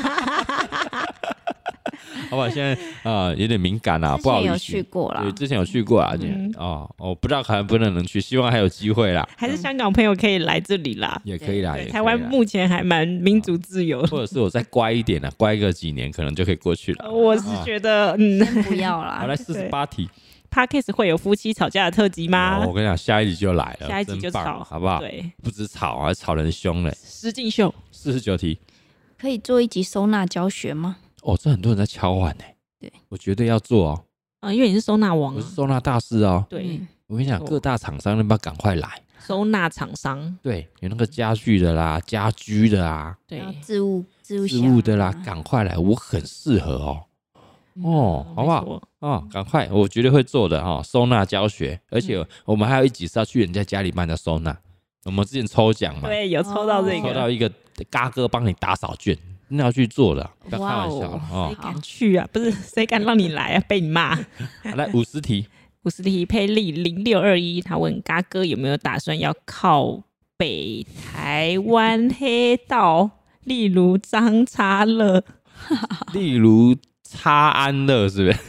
好吧，现在啊、呃、有点敏感啊，不好意思。 之前有去过啦， 对，之前有去过啊，嗯、哦，我不知道还不能能去，希望还有机会啦。 还是香港朋友可以来这里啦， 也可以啦。也可以啦台湾目前还蛮民主自由的， 或者是我再乖一点啊，乖个几年，可能就可以过去了。 我是觉得，哦、嗯， 先不要啦。 好，来四十八题。 Podcast 会有夫妻吵架的特辑吗？ 我跟你讲，下一集就来了， 下一集就吵， 好不好？ 对， 不止吵，还吵人凶嘞。 实境秀。 四十九题， 可以做一集收纳教学吗？ 哦，这很多人在敲碗呢。 对， 我绝对要做哦。 嗯、呃，因为你是收纳王、啊， 我是收纳大师哦。 对，嗯、 我跟你讲，各大厂商要不要赶快来？ 收纳厂商， 对，有那个家具的啦，家居的啦， 对， 置物置物置物的啦，赶快来，我很适合哦。哦，好不好？哦，赶快，我绝对会做的哈、哦。收纳教学，而且我们还有一集是要去人家家里办的收纳。我们之前抽奖嘛， 对，有抽到这个， 抽到一个嘎哥帮你打扫券，那要去做的，不要开玩笑哦。 谁敢去啊？不是，谁敢让你来啊？被你骂。 来五十题， 五十题，佩利零六二一，他问嘎哥有没有打算要靠北台湾黑道，例如张叉乐， 例如。差安乐是不是？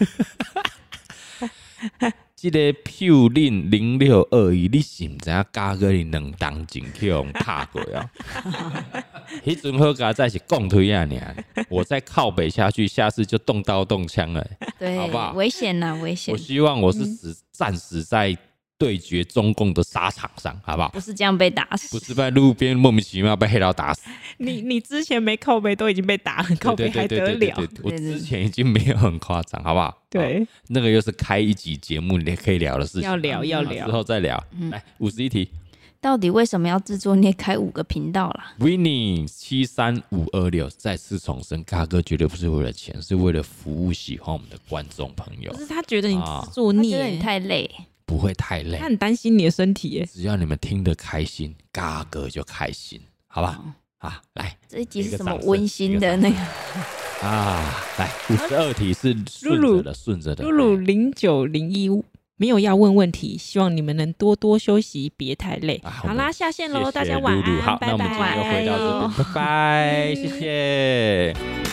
这个票令零六二一，你是不知道加个你两当真去用拍过啊？迄阵好加在是共推啊你，我再靠北下去，下次就动刀动枪了， 对， 好不好？ 危险呐，危险！ 我希望我是死战死在对决中共的沙场上，好不好？ 不是这样被打死， 不是在路边莫名其妙被黑道打死。 你你之前没靠北都已经被打了，靠北还得了？ 对对对对对我之前已经没有很夸张，好不好？ 对、哦， 那个又是开一集节目你可以聊的事情， 要聊要聊， 之后再聊。 嗯、 来五十一题， 到底为什么要制作孽开五个频道啦 ？Winning 七三五二六再次重申，嘎哥绝对不是为了钱，是为了服务喜欢我们的观众朋友。 可是他觉得你制作孽、 啊，他觉得你太累。 不会太累， 他很担心你的身体耶。 只要你们听得开心，嘎哥就开心，好吧？嗯、啊，来， 这一集是什么温馨的那个啊？来，五十二题是顺着的，顺着的。 露露零九零一没有要问问题，希望你们能多多休息，别太累。啊、好啦，下线喽，大家晚安， 好， 拜拜。 那我们今天就回到这边，拜拜，谢谢。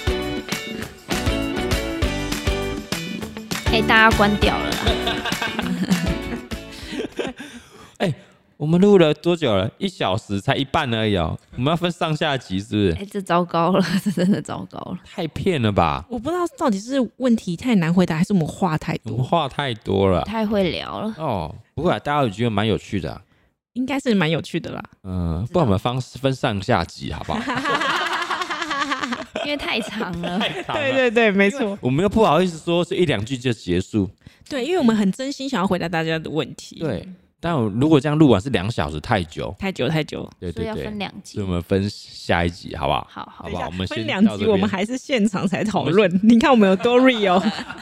哎、欸，大家关掉了啦。 哎、欸，我们录了多久了？一小时才一半而已哦。我们要分上下集，是不是？ 哎、欸，这糟糕了，这真的糟糕了， 太骗了吧！ 我不知道到底是问题太难回答，还是我们话太多。 我们话太多了， 太会聊了。 哦，不会啊，大家有觉得蛮有趣的、啊， 应该是蛮有趣的啦。 嗯，不然我们分分上下集好不好？ 因为太长了。 对对对，没错。 我们又不好意思说是一两句就结束。 对，因为我们很真心想要回答大家的问题。 对，但如果这样录完是两小时，太久， 太久太久。 对对对， 所以要分两集。 所以我们分下一集，好不好？ 好好好不好？我们分两集，我们还是现场才讨论。你看我们有多 real。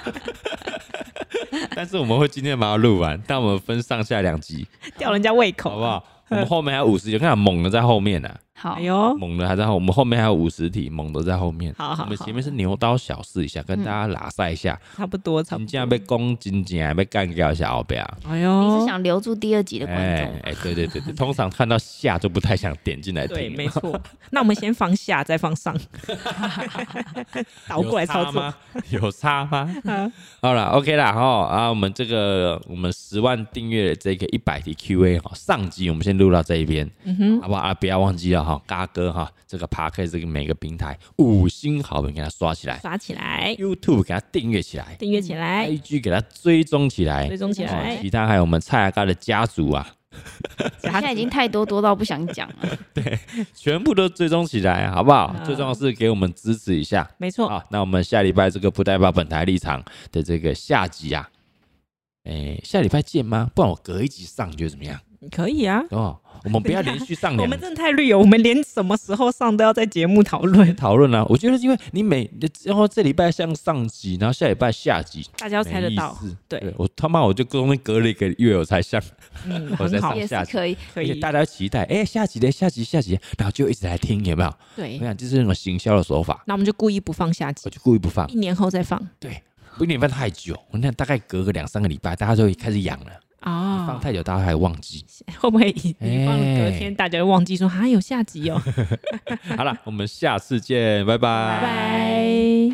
但是我们会今天把它录完，但我们分上下两集， 吊人家胃口， 好不好？我们后面还有五十题，我看猛的在后面呢、啊。 好， 哎呦， 猛的还在后，我们后面还有五十题，猛的在后面。 好好好， 我们前面是牛刀小试一下，跟大家拉赛一下， 差不多，差不多。 真正被攻，真正被干掉一下后边。 哎呦， 你是想留住第二集的观众？ 哎哎，对对对对，通常看到下就不太想点进来听。 对，没错。那我们先放下，再放上，倒过来操作， 有差吗？好了 ，OK 啦，哈啊，我们这个我们十万订阅的这个一百题 Q A 哈，上集我们先录到这一边，嗯哼，好不好啊？不要忘记了哈，嘎哥哈，这个 Podcast 这个每个平台五星好评给它刷起来， 刷起来 ，YouTube 给它订阅起来， 订阅起来 ，I G 给它追踪起来， 追踪起来， 其他还有我们蔡阿嘎的家族啊。 现在已经太多多到不想讲了。 对，全部都追踪起来，好不好？嗯、最重要是给我们支持一下， 没错。 好，那我们下礼拜这个不代表本台立场的这个下集啊，哎，下礼拜见吗？不然我隔一集上，你觉得怎么样？ 可以啊。 哦，我们不要连续上两集， 我们真的太绿了，我们连什么时候上都要在节目讨论讨论啊。我觉得因为你每然后这礼拜像上集，然后下礼拜下集， 大家猜得到。对， 对我他妈我就中间隔了一个月我才上， 嗯， 我才上下集， 可以可以， 大家期待，哎、欸，下集的下集下集，然后就一直来听，有没有？ 对， 我想这是那种行销的手法。 那我们就故意不放下集， 我就故意不放， 一年后再放。 对，不一年放太久，我看大概隔个两三个礼拜，大家就会开始痒了。 哦， 放太久，大家还忘记， 会不会你放了隔天，大家会忘记说还有下集哦？ 好了，我们下次见，拜拜， 拜拜。